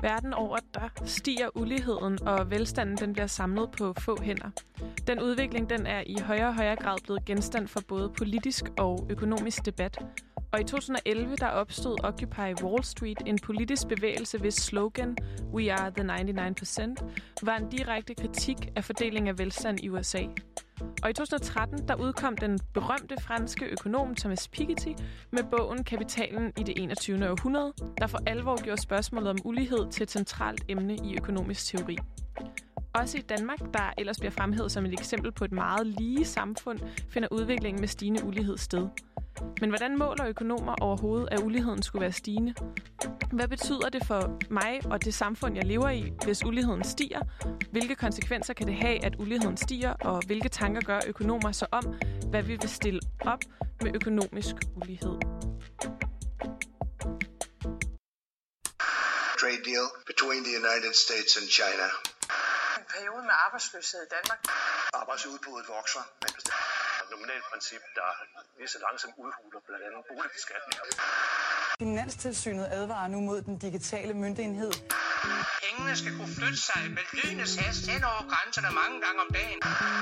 Verden over, der stiger uligheden, og velstanden den bliver samlet på få hænder. Den udvikling den er i højere og højere grad blevet genstand for både politisk og økonomisk debat. Og i 2011 der opstod Occupy Wall Street, en politisk bevægelse, hvis slogan We are the 99%, var en direkte kritik af fordelingen af velstand i USA. Og i 2013 der udkom den berømte franske økonom Thomas Piketty med bogen Kapitalen i det 21. århundrede, der for alvor gjorde spørgsmålet om ulighed til et centralt emne i økonomisk teori. Også i Danmark, der ellers bliver fremhævet som et eksempel på et meget lige samfund, finder udviklingen med stigende ulighed sted. Men hvordan måler økonomer overhovedet, at uligheden skulle være stigende? Hvad betyder det for mig og det samfund, jeg lever i, hvis uligheden stiger? Hvilke konsekvenser kan det have, at uligheden stiger? Og hvilke tanker gør økonomer så om, hvad vi vil stille op med økonomisk ulighed? Trade deal between the United States and China. En periode med arbejdsløshed i Danmark. Arbejdsudbuddet vokser, men et nominalt princip, der lige så langsomt udhuler blandt andet boligbeskatning. Finanstilsynet advarer nu mod den digitale møntenhed. Pengene skal kunne flytte sig med lynets hast hen over grænserne mange gange om dagen.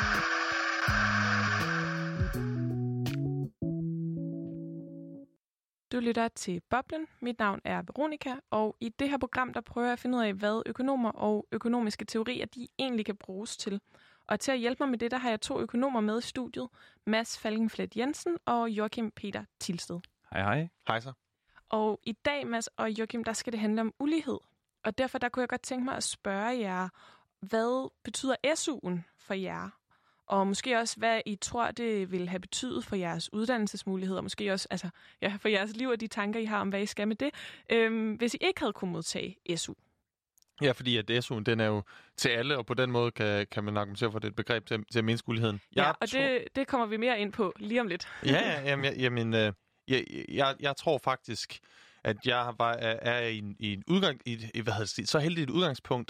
Du lytter til Boblen. Mit navn er Veronica, og i det her program, der prøver jeg at finde ud af, hvad økonomer og økonomiske teorier, de egentlig kan bruges til. Og til at hjælpe mig med det, der har jeg to økonomer med i studiet. Mads Falkenflet Jensen og Joachim Peter Tilsted. Hej hej. Hej så. Og i dag, Mads og Joachim, der skal det handle om ulighed. Og derfor der kunne jeg godt tænke mig at spørge jer, hvad betyder SU'en for jer? Og måske også, hvad I tror, det vil have betydet for jeres uddannelsesmuligheder. Måske også for jeres liv og de tanker, I har om, hvad I skal med det. Hvis I ikke havde kunnet modtage SU. Ja, fordi at SU'en, den er jo til alle, og på den måde kan man argumentere for det et begreb til at mindske uligheden. Det kommer vi mere ind på lige om lidt. Jeg tror faktisk, at jeg er i så heldigt et udgangspunkt,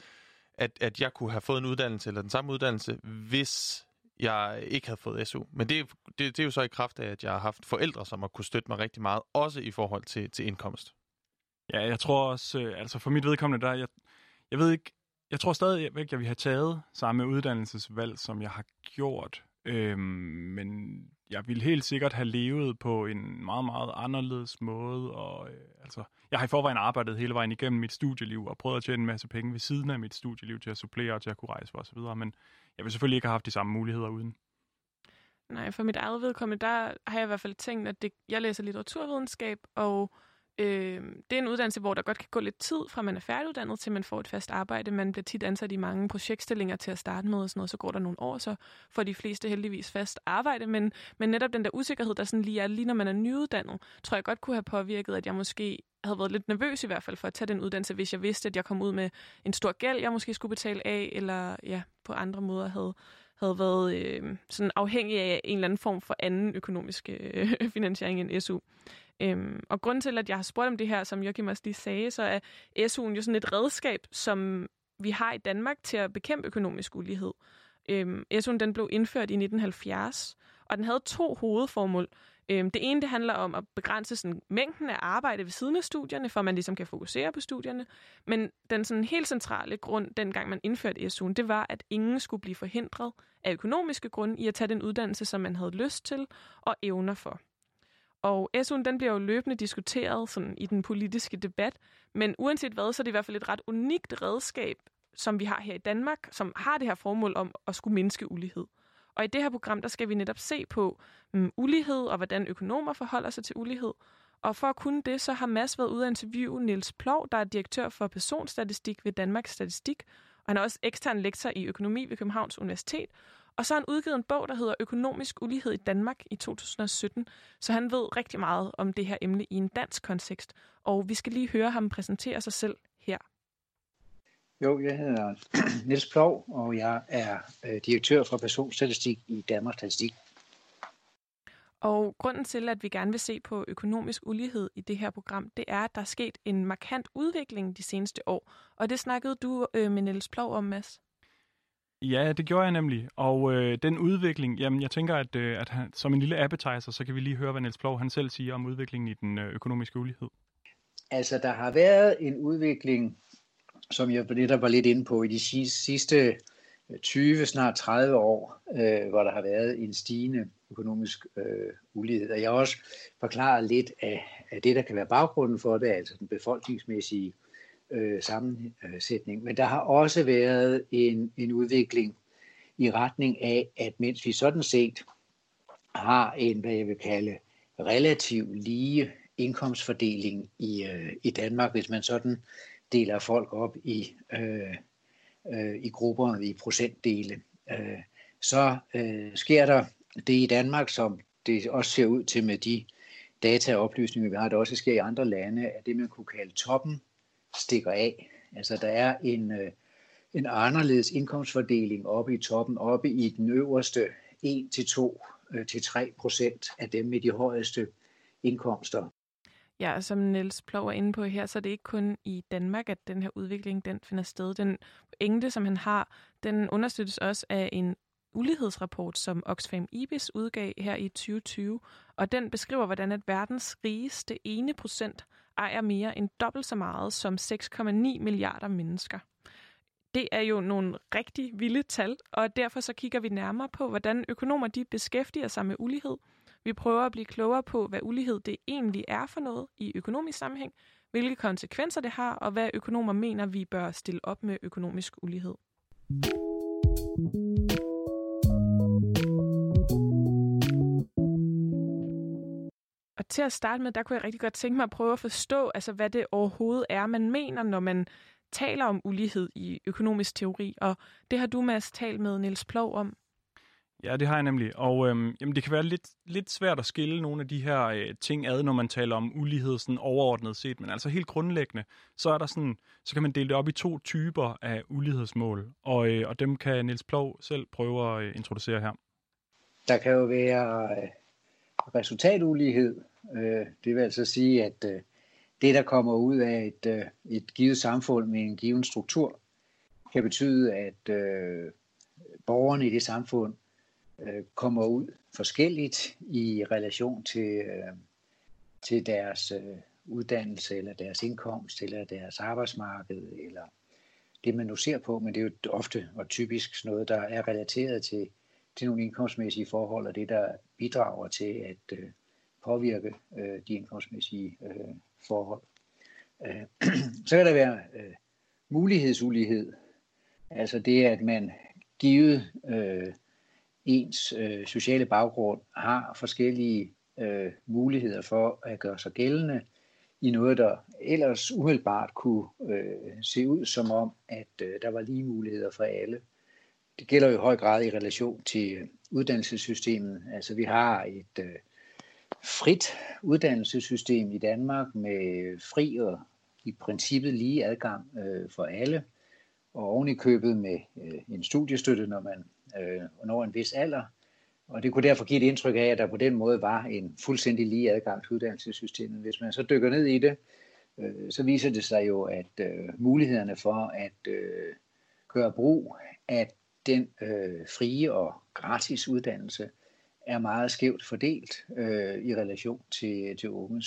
at jeg kunne have fået en uddannelse, eller den samme uddannelse, hvis jeg ikke havde fået SU. Men det er jo så i kraft af, at jeg har haft forældre, som har kunne støtte mig rigtig meget, også i forhold til indkomst. Ja, jeg tror også, for mit vedkommende der, jeg ved ikke, jeg tror stadig, at jeg vil have taget samme uddannelsesvalg, som jeg har gjort. Men jeg ville helt sikkert have levet på en meget, meget anderledes måde. Og jeg har i forvejen arbejdet hele vejen igennem mit studieliv og prøvet at tjene en masse penge ved siden af mit studieliv til at supplere og til at kunne rejse for osv. Men jeg vil selvfølgelig ikke have haft de samme muligheder uden. Nej, for mit eget vedkommende, der har jeg i hvert fald tænkt, at jeg læser litteraturvidenskab, og det er en uddannelse, hvor der godt kan gå lidt tid fra man er færdiguddannet til man får et fast arbejde. Man bliver tit ansat i mange projektstillinger til at starte med og sådan noget, så går der nogle år, så får de fleste heldigvis fast arbejde. Men netop den der usikkerhed, der sådan lige når man er nyuddannet, tror jeg godt kunne have påvirket, at jeg måske havde været lidt nervøs i hvert fald for at tage den uddannelse, hvis jeg vidste, at jeg kom ud med en stor gæld, jeg måske skulle betale af, eller på andre måder havde været sådan afhængig af en eller anden form for anden økonomisk finansiering end SU. Og grunden til, at jeg har spurgt om det her, som Joachim også lige sagde, så er SU'en jo sådan et redskab, som vi har i Danmark til at bekæmpe økonomisk ulighed. SU'en den blev indført i 1970, og den havde 2 hovedformål. Det ene, det handler om at begrænse sådan mængden af arbejde ved siden af studierne, for at man ligesom kan fokusere på studierne. Men den sådan helt centrale grund, dengang man indførte SU'en, det var, at ingen skulle blive forhindret af økonomiske grunde i at tage den uddannelse, som man havde lyst til og evner for. Og SU'en, den bliver jo løbende diskuteret sådan i den politiske debat, men uanset hvad, så er det i hvert fald et ret unikt redskab, som vi har her i Danmark, som har det her formål om at skulle mindske ulighed. Og i det her program, der skal vi netop se på ulighed og hvordan økonomer forholder sig til ulighed. Og for at kunne det, så har Mads været ude at interviewe Niels Plov, der er direktør for personstatistik ved Danmarks Statistik. Og han er også ekstern lektor i økonomi ved Københavns Universitet. Og så har han udgivet en bog, der hedder Økonomisk ulighed i Danmark i 2017. Så han ved rigtig meget om det her emne i en dansk kontekst. Og vi skal lige høre ham præsentere sig selv her. Jo, jeg hedder Niels Plov, og jeg er direktør for personstatistik i Danmarks Statistik. Og grunden til, at vi gerne vil se på økonomisk ulighed i det her program, det er, at der er sket en markant udvikling de seneste år. Og det snakkede du med Niels Plov om, Mads. Ja, det gjorde jeg nemlig. Og den udvikling, jamen jeg tænker, at han, som en lille appetizer, så kan vi lige høre, hvad Niels Plov han selv siger om udviklingen i den økonomiske ulighed. Altså, der har været en udvikling som jeg var lidt inde på, i de sidste 20, snart 30 år, hvor der har været en stigende økonomisk ulighed. Og jeg har også forklaret lidt af det, der kan være baggrunden for det, altså den befolkningsmæssige sammensætning. Men der har også været en udvikling i retning af, at mens vi sådan set har en, hvad jeg vil kalde, relativt lige indkomstfordeling i Danmark, hvis man sådan deler folk op i grupper, i procentdele, så sker der det i Danmark, som det også ser ud til med de data og oplysninger, vi har, det også sker i andre lande, at det man kunne kalde toppen stikker af. Altså der er en anderledes indkomstfordeling oppe i toppen, oppe i den øverste 1-2-3% af dem med de højeste indkomster. Ja, som Niels Ploug er inde på her, så er det ikke kun i Danmark, at den her udvikling den finder sted. Den pointe, som han har, den understøttes også af en ulighedsrapport, som Oxfam IBIS udgav her i 2020, og den beskriver, hvordan at verdens rigeste 1% ejer mere end dobbelt så meget som 6,9 milliarder mennesker. Det er jo nogle rigtig vilde tal, og derfor så kigger vi nærmere på, hvordan økonomer de beskæftiger sig med ulighed. Vi prøver at blive klogere på, hvad ulighed det egentlig er for noget i økonomisk sammenhæng, hvilke konsekvenser det har, og hvad økonomer mener, vi bør stille op med økonomisk ulighed. Og til at starte med, der kunne jeg rigtig godt tænke mig at prøve at forstå, altså hvad det overhovedet er, man mener, når man taler om ulighed i økonomisk teori. Og det har du, Mads, talt med Niels Ploug om. Ja, det har jeg nemlig. Og jamen, det kan være lidt svært at skille nogle af de her ting ad, når man taler om ulighed sådan overordnet set. Men altså helt grundlæggende, så kan man dele det op i 2 typer af ulighedsmål. Og dem kan Niels Ploug selv prøve at introducere her. Der kan jo være resultatulighed. Det vil altså sige, at det, der kommer ud af et givet samfund med en given struktur, kan betyde, at borgerne i det samfund kommer ud forskelligt i relation til deres uddannelse, eller deres indkomst, eller deres arbejdsmarked, eller det, man nu ser på, men det er jo ofte og typisk noget, der er relateret til nogle indkomstmæssige forhold, og det, der bidrager til at påvirke de indkomstmæssige forhold. Så kan der være mulighedsulighed, altså det, at man givet ens sociale baggrund har forskellige muligheder for at gøre sig gældende i noget, der ellers umiddelbart kunne se ud som om, at der var lige muligheder for alle. Det gælder jo i høj grad i relation til uddannelsessystemet. Altså vi har et frit uddannelsessystem i Danmark med fri og i princippet lige adgang for alle, og oven i købet med en studiestøtte, når man når en vis alder. Og det kunne derfor give et indtryk af, at der på den måde var en fuldstændig lige adgang til uddannelsessystemet. Hvis man så dykker ned i det, så viser det sig jo, at mulighederne for at gøre brug af den frie og gratis uddannelse er meget skævt fordelt i relation til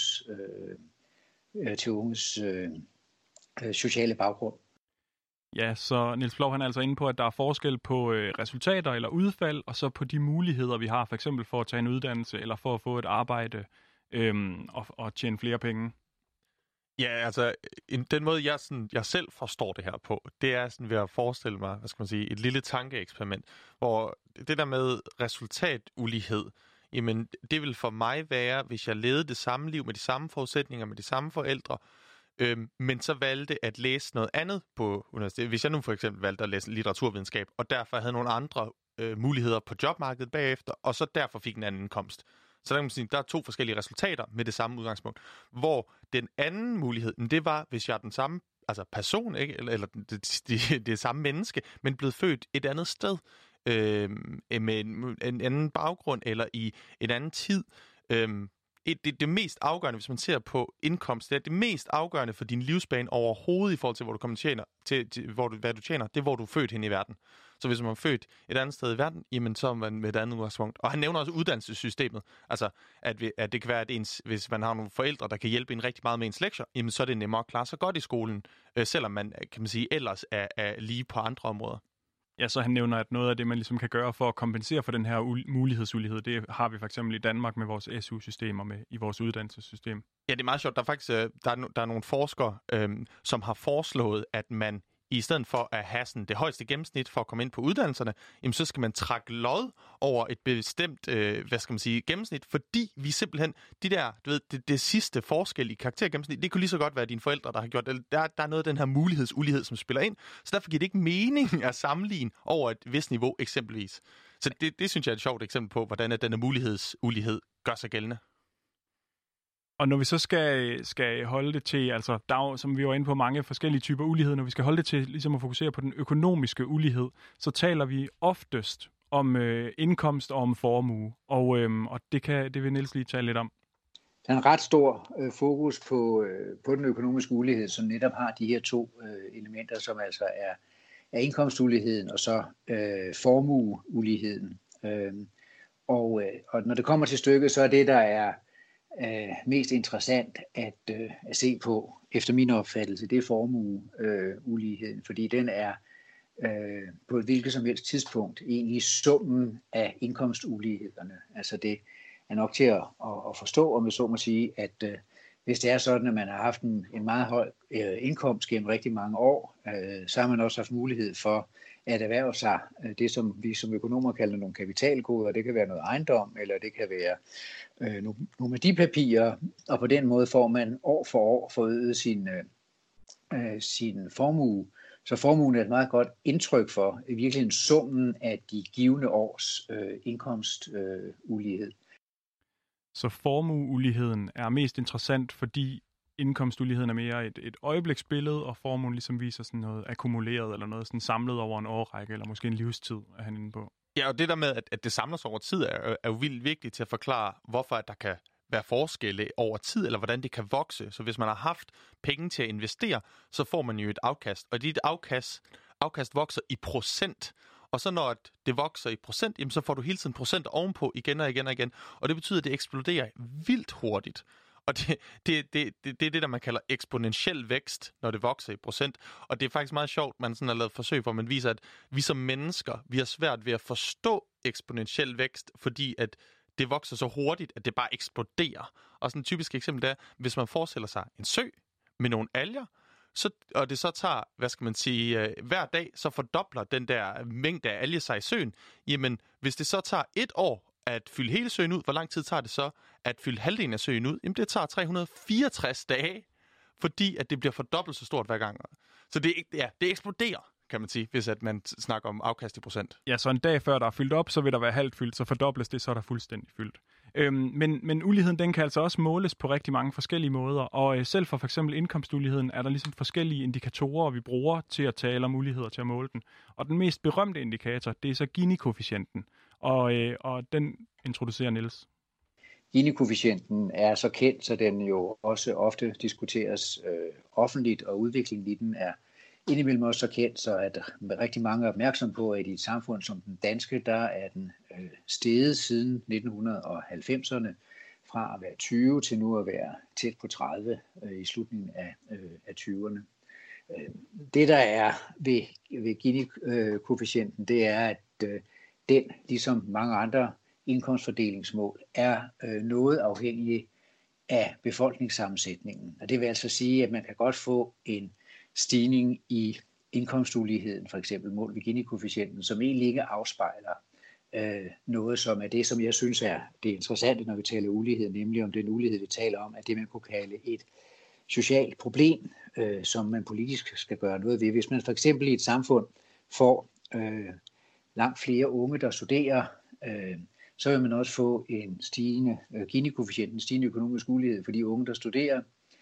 unges sociale baggrund. Ja, så Niels Ploug han er altså inde på, at der er forskel på resultater eller udfald, og så på de muligheder, vi har, for eksempel for at tage en uddannelse, eller for at få et arbejde og tjene flere penge. Ja, altså den måde, jeg selv forstår det her på, det er sådan ved at forestille mig, et lille tankeeksperiment, hvor det der med resultatulighed, jamen det vil for mig være, hvis jeg levede det samme liv med de samme forudsætninger, med de samme forældre, men så valgte at læse noget andet på universitetet. Hvis jeg nu for eksempel valgte at læse litteraturvidenskab, og derfor havde nogle andre muligheder på jobmarkedet bagefter, og så derfor fik en anden indkomst. Så der kan man sige, der er 2 forskellige resultater med det samme udgangspunkt. Hvor den anden mulighed, det var, hvis jeg er den samme person, ikke? Eller det samme menneske, men blevet født et andet sted, med en anden baggrund, eller i en anden tid, det mest afgørende, hvis man ser på indkomst, det er det mest afgørende for din livsbane overhovedet i forhold til, hvor du kommer tjener, hvad du tjener, det er, hvor du er født hen i verden. Så hvis man er født et andet sted i verden, jamen så er man med et andet udgangspunkt. Og han nævner også uddannelsessystemet. Altså, at det kan være, at hvis man har nogle forældre, der kan hjælpe en rigtig meget med ens lektier, jamen så er det nemmere at klare sig godt i skolen, selvom man, kan man sige, ellers er lige på andre områder. Ja, så han nævner, at noget af det, man ligesom kan gøre for at kompensere for den her mulighedsulighed, det har vi for eksempel i Danmark med vores SU-system og i vores uddannelsessystem. Ja, det er meget sjovt. Der er faktisk der er nogle forskere, som har foreslået, at man i stedet for at have sådan det højeste gennemsnit for at komme ind på uddannelserne, jamen så skal man trække lod over et bestemt, gennemsnit, fordi vi simpelthen, det sidste forskel i karaktergennemsnit, det kunne lige så godt være dine forældre, der har gjort det. Der er noget af den her mulighedsulighed, som spiller ind, så derfor giver det ikke mening at sammenligne over et vist niveau eksempelvis. Så det synes jeg er et sjovt eksempel på, hvordan denne mulighedsulighed gør sig gældende. Og når vi så skal holde det til, altså der er jo, som vi var inde på, mange forskellige typer ulighed, når vi skal holde det til ligesom at fokusere på den økonomiske ulighed, så taler vi oftest om indkomst og om formue, og det vil Niels lige tale lidt om. Der er en ret stor fokus på den økonomiske ulighed, som netop har de her to elementer, som altså er indkomstuligheden og så formueuligheden. Og når det kommer til stykket, så er det, der er mest interessant at se på, efter min opfattelse, det er formueuligheden, fordi den er på et hvilket som helst tidspunkt egentlig summen af indkomstulighederne. Altså det er nok til at forstå, om jeg så må sige, at hvis det er sådan, at man har haft en meget høj indkomst gennem rigtig mange år, så har man også haft mulighed for at erhverve sig det, som vi som økonomer kalder nogle kapitalgoder. Det kan være noget ejendom, eller det kan være nogle værdipapirer, og på den måde får man år for år forøget sin formue. Så formuen er et meget godt indtryk for i virkeligheden summen af de givne års indkomstulighed. Så formueuligheden er mest interessant, fordi indkomstuligheden er mere et øjebliksbillede, og formuen ligesom viser sådan noget akkumuleret, eller noget sådan samlet over en årrække, eller måske en livstid, er han inde på. Ja, og det der med, at det samler sig over tid, er jo vildt vigtigt til at forklare, hvorfor at der kan være forskelle over tid, eller hvordan det kan vokse. Så hvis man har haft penge til at investere, så får man jo et afkast, og dit afkast vokser i procent. Og så når det vokser i procent, jamen, så får du hele tiden procent ovenpå igen og igen og igen. Og det betyder, at det eksploderer vildt hurtigt. Og det er det, der man kalder eksponentiel vækst, når det vokser i procent. Og det er faktisk meget sjovt, man sådan har lavet forsøg, hvor man viser, at vi som mennesker, vi har svært ved at forstå eksponentiel vækst, fordi at det vokser så hurtigt, at det bare eksploderer. Og sådan et typisk eksempel er, hvis man forestiller sig en sø med nogle alger, og det så tager, hver dag, så fordobler den der mængde af alger sig i søen. Jamen, hvis det så tager 1 år at fylde hele søen ud, hvor lang tid tager det så at fylde halvdelen af søen ud? Jamen, det tager 364 dage, fordi at det bliver fordobblet så stort hver gang. Så det eksploderer, kan man sige, hvis at man snakker om afkast i procent. Ja, så en dag før der er fyldt op, så vil der være halvt fyldt, så fordobles det, så er der fuldstændig fyldt. Men uligheden, den kan altså også måles på rigtig mange forskellige måder, og selv for eksempel indkomstuligheden er der ligesom forskellige indikatorer, vi bruger til at tale om ulighed og til at måle den. Og den mest berømte indikator, det er så Gini-koefficienten, og den introducerer Niels. Gini-koefficienten er så kendt, så den jo også ofte diskuteres offentligt, og udviklingen i den er indimellem også så kendt, så at rigtig mange er opmærksom på, at i et samfund som den danske, der er den steget siden 1990'erne fra at være 20 til nu at være tæt på 30 i slutningen af 20'erne. Det, der er ved Gini-koefficienten, det er, at den, ligesom mange andre indkomstfordelingsmål, er noget afhængig af befolkningssammensætningen. Og det vil altså sige, at man kan godt få en stigning i indkomstuligheden, for eksempel mål ved Gini-koefficienten, som egentlig ikke afspejler noget, som er det, som jeg synes er det interessante, når vi taler ulighed, nemlig om den ulighed, vi taler om, at det, man kunne kalde et socialt problem, som man politisk skal gøre noget ved. Hvis man for eksempel i et samfund får langt flere unge, der studerer, så vil man også få en stigende Gini-koefficient, en stigende økonomisk ulighed for de unge, der studerer.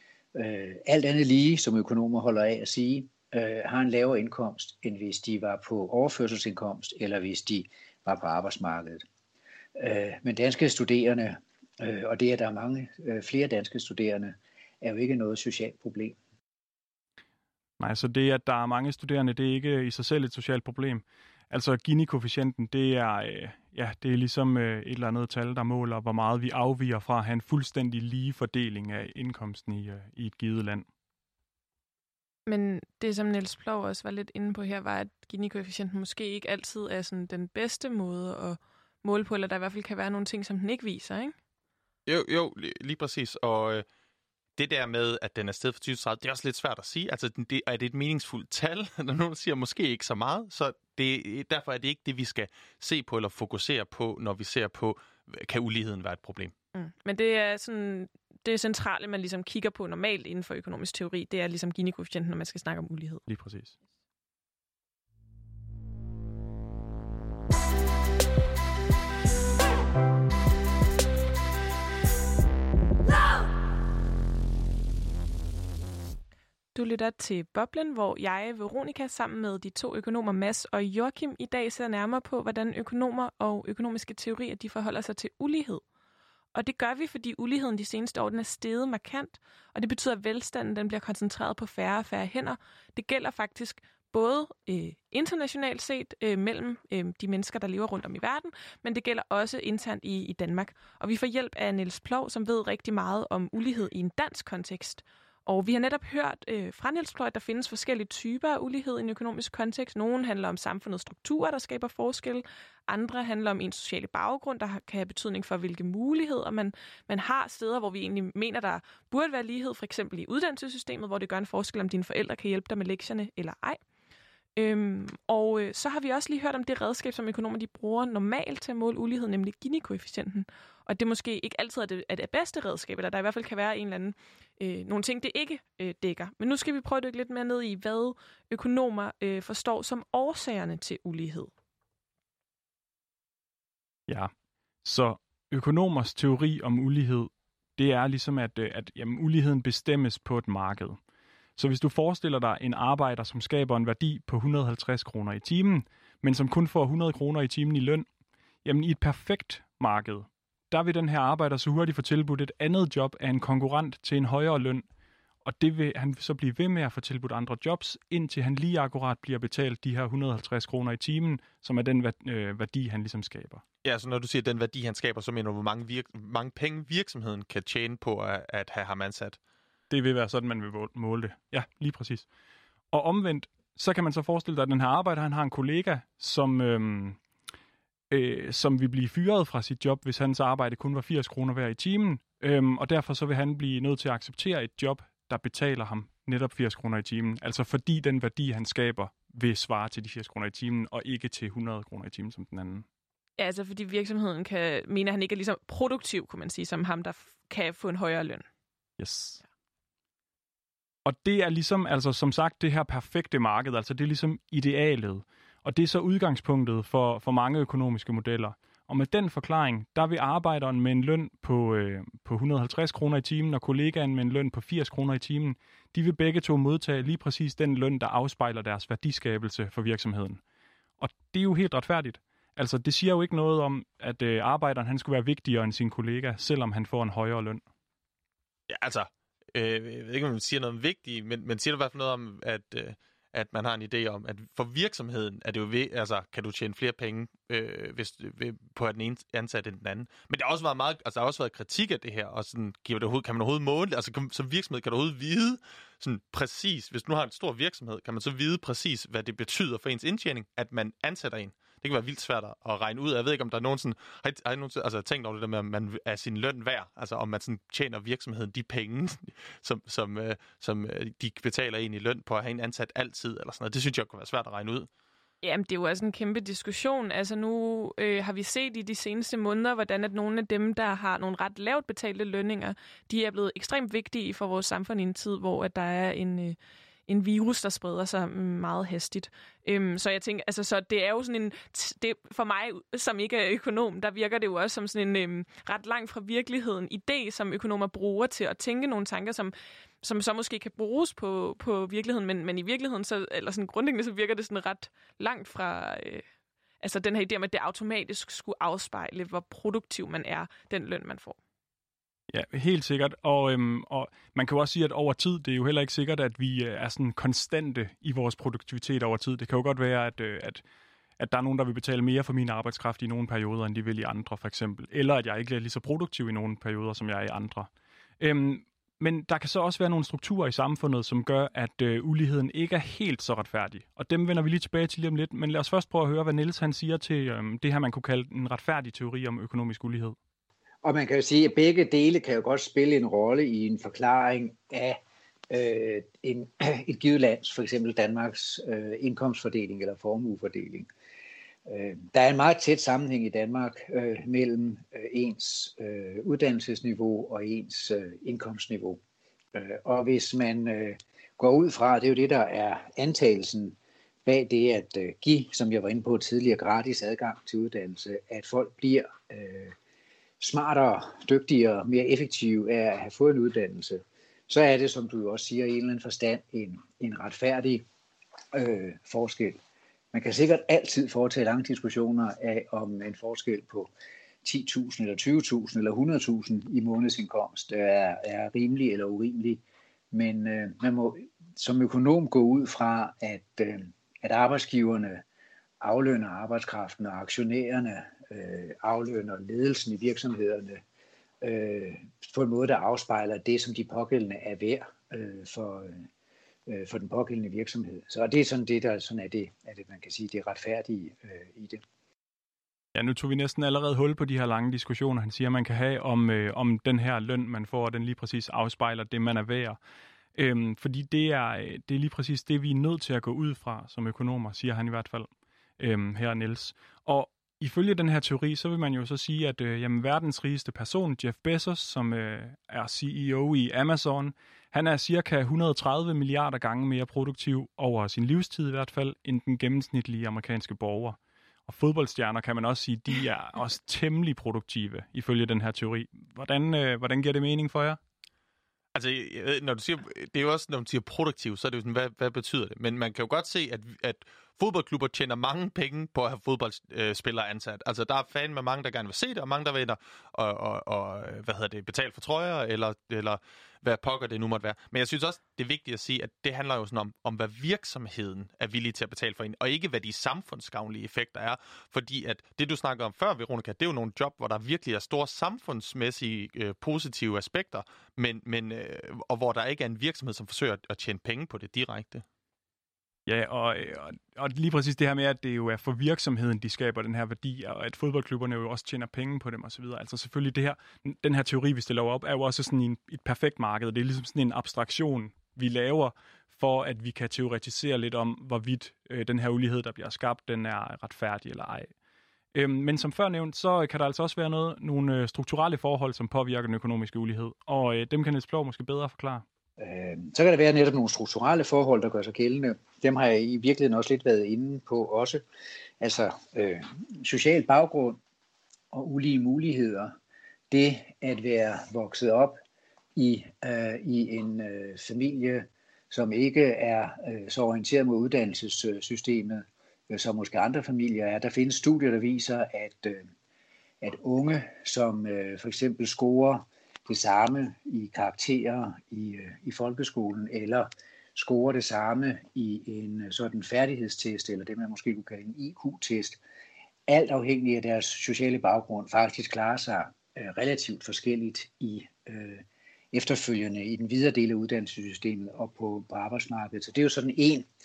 Alt andet lige, som økonomer holder af at sige, har en lavere indkomst, end hvis de var på overførselsindkomst, eller hvis de var på arbejdsmarkedet. Men danske studerende Og det, at der er mange flere danske studerende, er jo ikke noget socialt problem. Nej, så det, at der er mange studerende, det er ikke i sig selv et socialt problem. Altså Gini-koefficienten, det er ligesom et eller andet tal, der måler, hvor meget vi afviger fra at have en fuldstændig lige fordeling af indkomsten i et givet land. Men det, som Niels Ploug også var lidt inde på her, var, at Gini-koefficienten måske ikke altid er sådan den bedste måde at måle på, eller der i hvert fald kan være nogle ting, som den ikke viser, ikke? Jo, lige præcis. Og det der med, at den er steget for 2030, det er også lidt svært at sige. Altså, er det et meningsfuldt tal? Når nogen siger måske ikke så meget, så derfor er det ikke det, vi skal se på eller fokusere på, når vi ser på, kan uligheden være et problem. Men det er sådan det centrale, man ligesom kigger på normalt inden for økonomisk teori, det er ligesom Gini-koefficienten, når man skal snakke om ulighed. Lige præcis. Du lytter til Boblen, hvor jeg, Veronica, sammen med de 2 økonomer Mads og Joachim, i dag ser nærmere på, hvordan økonomer og økonomiske teorier de forholder sig til ulighed. Og det gør vi, fordi uligheden de seneste år den er steget markant, og det betyder, at velstanden den bliver koncentreret på færre og færre hænder. Det gælder faktisk både internationalt set mellem de mennesker, der lever rundt om i verden, men det gælder også internt i Danmark. Og vi får hjælp af Niels Ploug, som ved rigtig meget om ulighed i en dansk kontekst. Og vi har netop hørt fra Niels Ploug, at der findes forskellige typer af ulighed i en økonomisk kontekst. Nogle handler om samfundets strukturer, der skaber forskel. Andre handler om ens sociale baggrund, der kan have betydning for, hvilke muligheder man har. Steder, hvor vi egentlig mener, der burde være lighed, for eksempel i uddannelsessystemet, hvor det gør en forskel, om dine forældre kan hjælpe dig med lektierne eller ej. Og så har vi også lige hørt om det redskab, som økonomer de bruger normalt til at måle ulighed, nemlig Gini-koefficienten. Og det måske ikke altid er det bedste redskab, eller der i hvert fald kan være en eller anden nogle ting, det ikke dækker. Men nu skal vi prøve at dykke lidt mere ned i, hvad økonomer forstår som årsagerne til ulighed. Ja, så økonomers teori om ulighed, det er ligesom, at uligheden bestemmes på et marked. Så hvis du forestiller dig en arbejder, som skaber en værdi på 150 kroner i timen, men som kun får 100 kroner i timen i løn, jamen i et perfekt marked, der vil den her arbejder så hurtigt få tilbudt et andet job af en konkurrent til en højere løn, og det vil han så blive ved med at få tilbudt andre jobs, indtil han lige akkurat bliver betalt de her 150 kroner i timen, som er den værdi, han ligesom skaber. Ja, så når du siger den værdi, han skaber, så mener du, hvor mange penge virksomheden kan tjene på at have ham ansat? Det vil være sådan, man vil måle det. Ja, lige præcis. Og omvendt, så kan man så forestille sig, at den her arbejder, han har en kollega, som vil blive fyret fra sit job, hvis hans arbejde kun var 80 kroner hver i timen. Og derfor så vil han blive nødt til at acceptere et job, der betaler ham netop 80 kroner i timen. Altså fordi den værdi, han skaber, vil svare til de 80 kroner i timen, og ikke til 100 kroner i timen som den anden. Ja, altså fordi virksomheden mener, at han ikke er ligesom produktiv, kunne man sige, som ham, der kan få en højere løn. Yes. Ja. Og det er ligesom, altså som sagt, det her perfekte marked, altså det er ligesom idealet. Og det er så udgangspunktet for mange økonomiske modeller. Og med den forklaring, der vil arbejderen med en løn på 150 kroner i timen, og kollegaen med en løn på 80 kroner i timen, de vil begge to modtage lige præcis den løn, der afspejler deres værdiskabelse for virksomheden. Og det er jo helt retfærdigt. Altså det siger jo ikke noget om, at arbejderen han skulle være vigtigere end sin kollega, selvom han får en højere løn. Ja, altså, jeg ved ikke, om man siger noget vigtigt, men siger du i hvert fald noget om, at man har en idé om, at for virksomheden er det jo kan du tjene flere penge på at den ene ansat end den anden. Men der har også været der har også været kritik af det her, og sådan, kan man overhovedet måle, altså som virksomhed kan du overhovedet vide sådan præcis, hvis du har en stor virksomhed, kan man så vide præcis, hvad det betyder for ens indtjening, at man ansætter en. Det kan være vildt svært at regne ud. Jeg ved ikke, om der er nogen sådan, har I nogensinde tænkt over det der med, at man er sin løn værd? Altså om man sådan tjener virksomheden de penge, som de betaler en i løn på at have en ansat altid, eller sådan noget. Det synes jeg kunne være svært at regne ud. Jamen, det er jo også en kæmpe diskussion. Altså nu har vi set i de seneste måneder, hvordan at nogle af dem, der har nogle ret lavt betalte lønninger, de er blevet ekstremt vigtige for vores samfund i en tid, hvor at der er en virus, der spreder sig meget hastigt. Så jeg tænker, altså så det er jo sådan for mig, som ikke er økonom, der virker det jo også som sådan en ret langt fra virkeligheden idé, som økonomer bruger til at tænke nogle tanker, som så måske kan bruges på virkeligheden, men i virkeligheden, eller sådan grundlæggende, så virker det sådan ret langt fra altså den her idé om, at det automatisk skulle afspejle, hvor produktiv man er, den løn, man får. Ja, helt sikkert. Og man kan jo også sige, at over tid, det er jo heller ikke sikkert, at vi er sådan konstante i vores produktivitet over tid. Det kan jo godt være, at der er nogen, der vil betale mere for min arbejdskraft i nogle perioder, end de vil i andre, for eksempel. Eller at jeg ikke er lige så produktiv i nogle perioder, som jeg er i andre. Men der kan så også være nogle strukturer i samfundet, som gør, at uligheden ikke er helt så retfærdig. Og dem vender vi lige tilbage til lige om lidt. Men lad os først prøve at høre, hvad Niels han siger til det her, man kunne kalde en retfærdig teori om økonomisk ulighed. Og man kan jo sige, at begge dele kan jo godt spille en rolle i en forklaring af et givet lands, for eksempel Danmarks indkomstfordeling eller formuefordeling. Der er en meget tæt sammenhæng i Danmark mellem ens uddannelsesniveau og ens indkomstniveau. Og hvis man går ud fra, det er jo det, der er antagelsen bag det at give, som jeg var inde på tidligere, gratis adgang til uddannelse, at folk bliver smartere, dygtigere, mere effektive af at have fået en uddannelse, så er det, som du jo også siger, i en eller anden forstand en retfærdig forskel. Man kan sikkert altid foretage lange diskussioner af, om en forskel på 10.000 eller 20.000 eller 100.000 i månedsindkomst er rimelig eller urimelig. Men man må som økonom gå ud fra, at arbejdsgiverne aflønner arbejdskraften, og aktionærerne aflønner ledelsen i virksomhederne på en måde, der afspejler det, som de pågældende er værd for den pågældende virksomhed. Så det er sådan det, der sådan er det, man kan sige, det er retfærdige i det. Ja, nu tog vi næsten allerede hul på de her lange diskussioner, han siger, man kan have om den her løn, man får, og den lige præcis afspejler det, man er værd. Fordi det er lige præcis det, vi er nødt til at gå ud fra som økonomer, siger han i hvert fald, her Niels. Og ifølge den her teori, så vil man jo så sige, at verdens rigeste person, Jeff Bezos, som er CEO i Amazon, han er cirka 130 milliarder gange mere produktiv over sin livstid i hvert fald, end den gennemsnitlige amerikanske borger. Og fodboldstjerner kan man også sige, de er også temmelig produktive, ifølge den her teori. Hvordan giver det mening for jer? Altså, når du siger, det er jo også, når man siger produktiv, så er det jo sådan, hvad betyder det? Men man kan jo godt se, at fodboldklubber tjener mange penge på at have fodboldspillere ansat. Altså, der er fandme mange, der gerne vil se det, og mange, der vil betale for trøjer, eller hvad pokker det nu måtte være. Men jeg synes også, det er vigtigt at sige, at det handler jo sådan om hvad virksomheden er villig til at betale for, og ikke hvad de samfundsgavnlige effekter er. Fordi at det, du snakker om før, Veronica, det er jo nogle job, hvor der virkelig er store samfundsmæssige positive aspekter, og hvor der ikke er en virksomhed, som forsøger at tjene penge på det direkte. Ja, og lige præcis det her med, at det jo er for virksomheden, de skaber den her værdi, og at fodboldklubberne jo også tjener penge på dem osv. Altså selvfølgelig den her teori, vi stiller op, er jo også sådan et perfekt marked. Det er ligesom sådan en abstraktion, vi laver, for at vi kan teoretisere lidt om, hvorvidt den her ulighed, der bliver skabt, den er retfærdig eller ej. Men som før nævnt, så kan der altså også være nogle strukturelle forhold, som påvirker den økonomiske ulighed, og dem kan Niels Ploug måske bedre forklare. Så kan der være netop nogle strukturelle forhold, der gør sig gældende. Dem har jeg i virkeligheden også lidt været inde på også. Altså social baggrund og ulige muligheder. Det at være vokset op i en familie, som ikke er så orienteret mod uddannelsessystemet, som måske andre familier er. Der findes studier, der viser, at unge, som for eksempel scorer det samme i karakterer i folkeskolen, eller scorer det samme i en sådan færdighedstest, eller det man måske kunne kalde en IQ-test, alt afhængig af deres sociale baggrund, faktisk klarer sig relativt forskelligt i efterfølgende i den videre del af uddannelsessystemet og på arbejdsmarkedet. Så det er jo sådan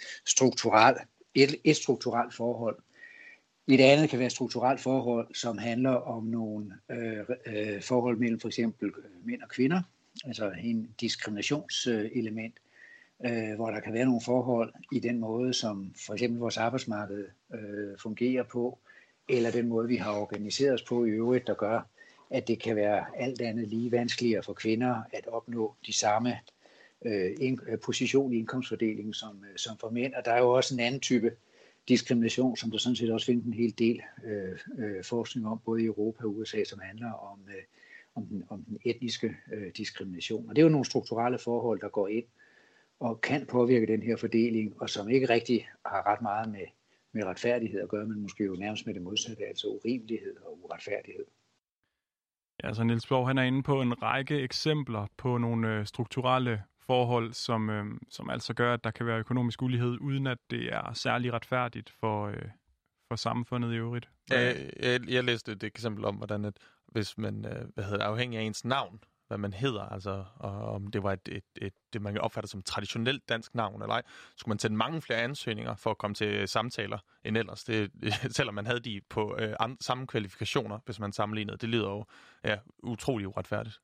et strukturelt forhold. Et andet kan være strukturelt forhold, som handler om nogle forhold mellem for eksempel mænd og kvinder, altså en diskriminationselement, hvor der kan være nogle forhold i den måde, som for eksempel vores arbejdsmarked fungerer på, eller den måde, vi har organiseret os på i øvrigt, der gør, at det kan være alt andet lige vanskeligere for kvinder at opnå de samme position i indkomstfordelingen som for mænd. Og der er jo også en anden type diskrimination, som der sådan set også findes en hel del forskning om, både i Europa og USA, som handler om den etniske diskrimination. Og det er jo nogle strukturelle forhold, der går ind og kan påvirke den her fordeling, og som ikke rigtig har ret meget med retfærdighed at gøre, men måske jo nærmest med det modsatte, altså urimelighed og uretfærdighed. Ja, så Niels Ploug, han er inde på en række eksempler på nogle strukturelle forhold, som altså gør, at der kan være økonomisk ulighed, uden at det er særlig retfærdigt for samfundet i øvrigt. Jeg læste et eksempel om, hvordan at hvis man afhængig af ens navn, hvad man hedder, altså og om det var det man kan opfatte som traditionelt dansk navn eller ej, skulle man sende mange flere ansøgninger for at komme til samtaler end ellers. Selvom man havde de på samme kvalifikationer, hvis man sammenlignede. Det lyder jo utrolig uretfærdigt.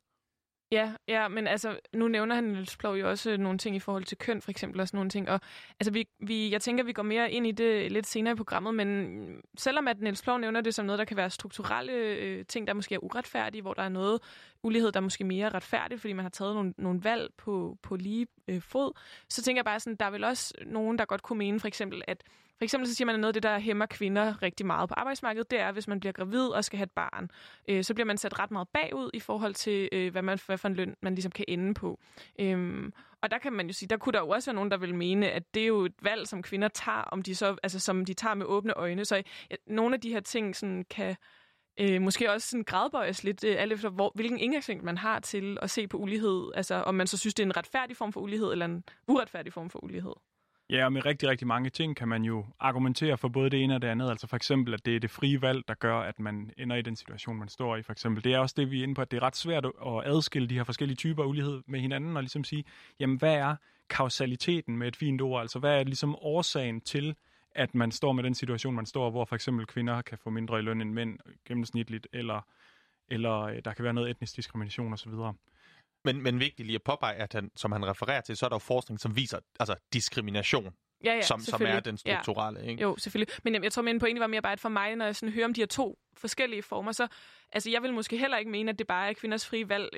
Ja, men altså, nu nævner han Niels Ploug jo også nogle ting i forhold til køn, for eksempel, og sådan nogle ting. Og altså, jeg tænker, vi går mere ind i det lidt senere i programmet, men selvom at Niels Ploug nævner det som noget, der kan være strukturelle ting, der måske er uretfærdige, hvor der er noget ulighed, der er måske mere retfærdigt, fordi man har taget nogle valg på lige fod, så tænker jeg bare sådan, der er vel også nogen, der godt kunne mene, for eksempel så siger man, at noget af det, der hæmmer kvinder rigtig meget på arbejdsmarkedet, det er, hvis man bliver gravid og skal have et barn. Så bliver man sat ret meget bagud i forhold til, hvad for en løn man ligesom kan ende på. Og der kan man jo sige, der kunne der jo også være nogen, der vil mene, at det er jo et valg, som kvinder tager, om de så, altså som de tager med åbne øjne. Så nogle af de her ting sådan, kan måske også sådan gradbøjes lidt, alt efter hvilken indgangsvinkel man har til at se på ulighed. Altså om man så synes, det er en retfærdig form for ulighed, eller en uretfærdig form for ulighed. Ja, og med rigtig, rigtig mange ting kan man jo argumentere for både det ene og det andet. Altså for eksempel, at det er det frie valg, der gør, at man ender i den situation, man står i. For eksempel, det er også det, vi er inde på, at det er ret svært at adskille de her forskellige typer af ulighed med hinanden, og ligesom sige, jamen hvad er kausaliteten med et fint ord? Altså hvad er ligesom årsagen til, at man står med den situation, man står, hvor for eksempel kvinder kan få mindre i løn end mænd gennemsnitligt, eller der kan være noget etnisk diskrimination osv. Men vigtigt lige at påpege, at som han refererer til, så er der jo forskning, som viser altså diskrimination, som er den strukturelle. Ja. Ikke? Jo, selvfølgelig. Men jeg tror, min pointe var mere bare, at for mig, når jeg sådan hører om de her to forskellige former, så altså, jeg vil måske heller ikke mene, at det bare er kvinders frie valg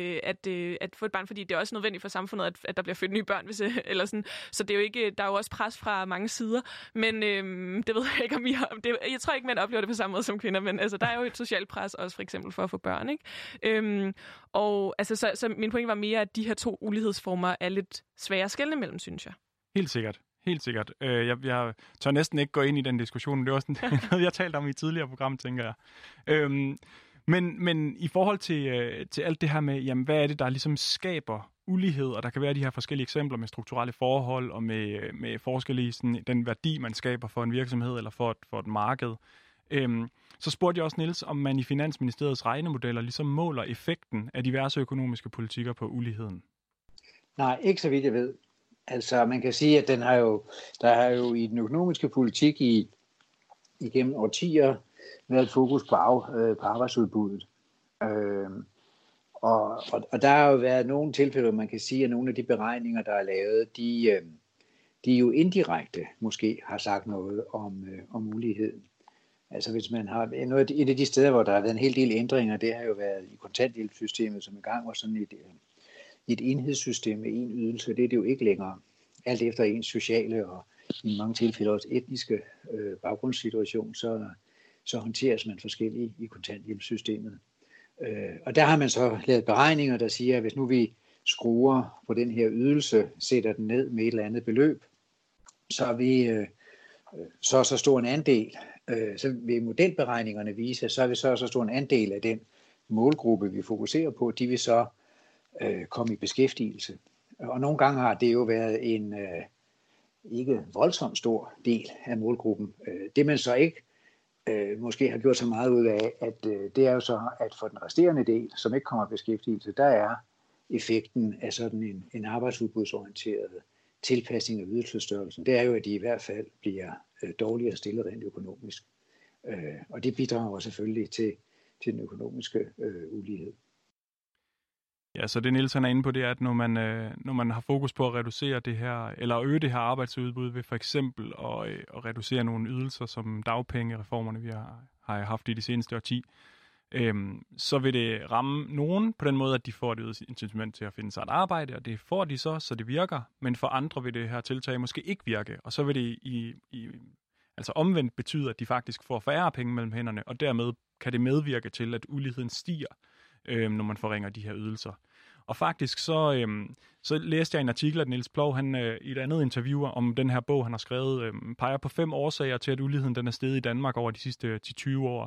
at få et barn, fordi det er også nødvendigt for samfundet, at der bliver født nye børn. Eller sådan. Så det er jo ikke, der er jo også pres fra mange sider. Men det ved jeg ikke, om jeg tror ikke, man oplever det på samme måde som kvinder, men altså, der er jo et socialt pres også for eksempel for at få børn. Ikke? Og altså, så min pointe var mere, at de her to ulighedsformer er lidt svære at skelne mellem, synes jeg. Helt sikkert. Helt sikkert. Jeg tør næsten ikke gå ind i den diskussion. Det er også noget, jeg talte om i et tidligere program, tænker jeg. Men i forhold til alt det her med, jamen, hvad er det, der ligesom skaber ulighed, og der kan være de her forskellige eksempler med strukturelle forhold og med forskellige sådan, den værdi, man skaber for en virksomhed eller for et marked. Så spurgte jeg også Niels, om man i Finansministeriets regnemodeller ligesom måler effekten af diverse økonomiske politikker på uligheden. Nej, ikke så vidt jeg ved. Altså man kan sige, at der har jo i den økonomiske politik igennem årtier været fokus på arbejdsudbuddet. Og der har jo været nogle tilfælde, hvor man kan sige, at nogle af de beregninger, der er lavet, de jo indirekte måske har sagt noget om uligheden. Altså hvis man har et af de steder, hvor der har været en hel del ændringer, det har jo været i kontanthjælpssystemet, som engang var sådan et enhedssystem med en ydelse. Det er det jo ikke længere. Alt efter ens sociale og i mange tilfælde også etniske baggrundssituation, så håndteres man forskelligt i kontanthjælpssystemet. Og der har man så lavet beregninger, der siger, at hvis nu vi skruer på den her ydelse, sætter den ned med et eller andet beløb, så er vi så stor en andel, så vil modelberegningerne vise, så er vi så stor en andel af den målgruppe, vi fokuserer på, de vil så komme i beskæftigelse. Og nogle gange har det jo været en ikke voldsomt stor del af målgruppen. Det man så ikke måske har gjort så meget ud af, at det er jo så, at for den resterende del, som ikke kommer i beskæftigelse, der er effekten af sådan en arbejdsudbudsorienteret tilpasning af ydelsesstørrelsen. Det er jo, at de i hvert fald bliver dårligere stillet rent økonomisk. Og det bidrager selvfølgelig til den økonomiske ulighed. Ja, så det Niels han er inde på, det er, at når man har fokus på at reducere det her, eller øge det her arbejdsudbud ved for eksempel at reducere nogle ydelser, som dagpengereformerne, vi har haft i de seneste årti, så vil det ramme nogen på den måde, at de får et øget incitament til at finde sig et arbejde, og det får de så det virker, men for andre vil det her tiltag måske ikke virke, og så vil det altså omvendt betyde, at de faktisk får færre penge mellem hænderne, og dermed kan det medvirke til, at uligheden stiger, når man forringer de her ydelser. Og faktisk så læste jeg en artikel af Niels Ploug, han i et andet interview om den her bog, han har skrevet, peger på 5 årsager til, at uligheden den er steget i Danmark over de sidste 10-20 år.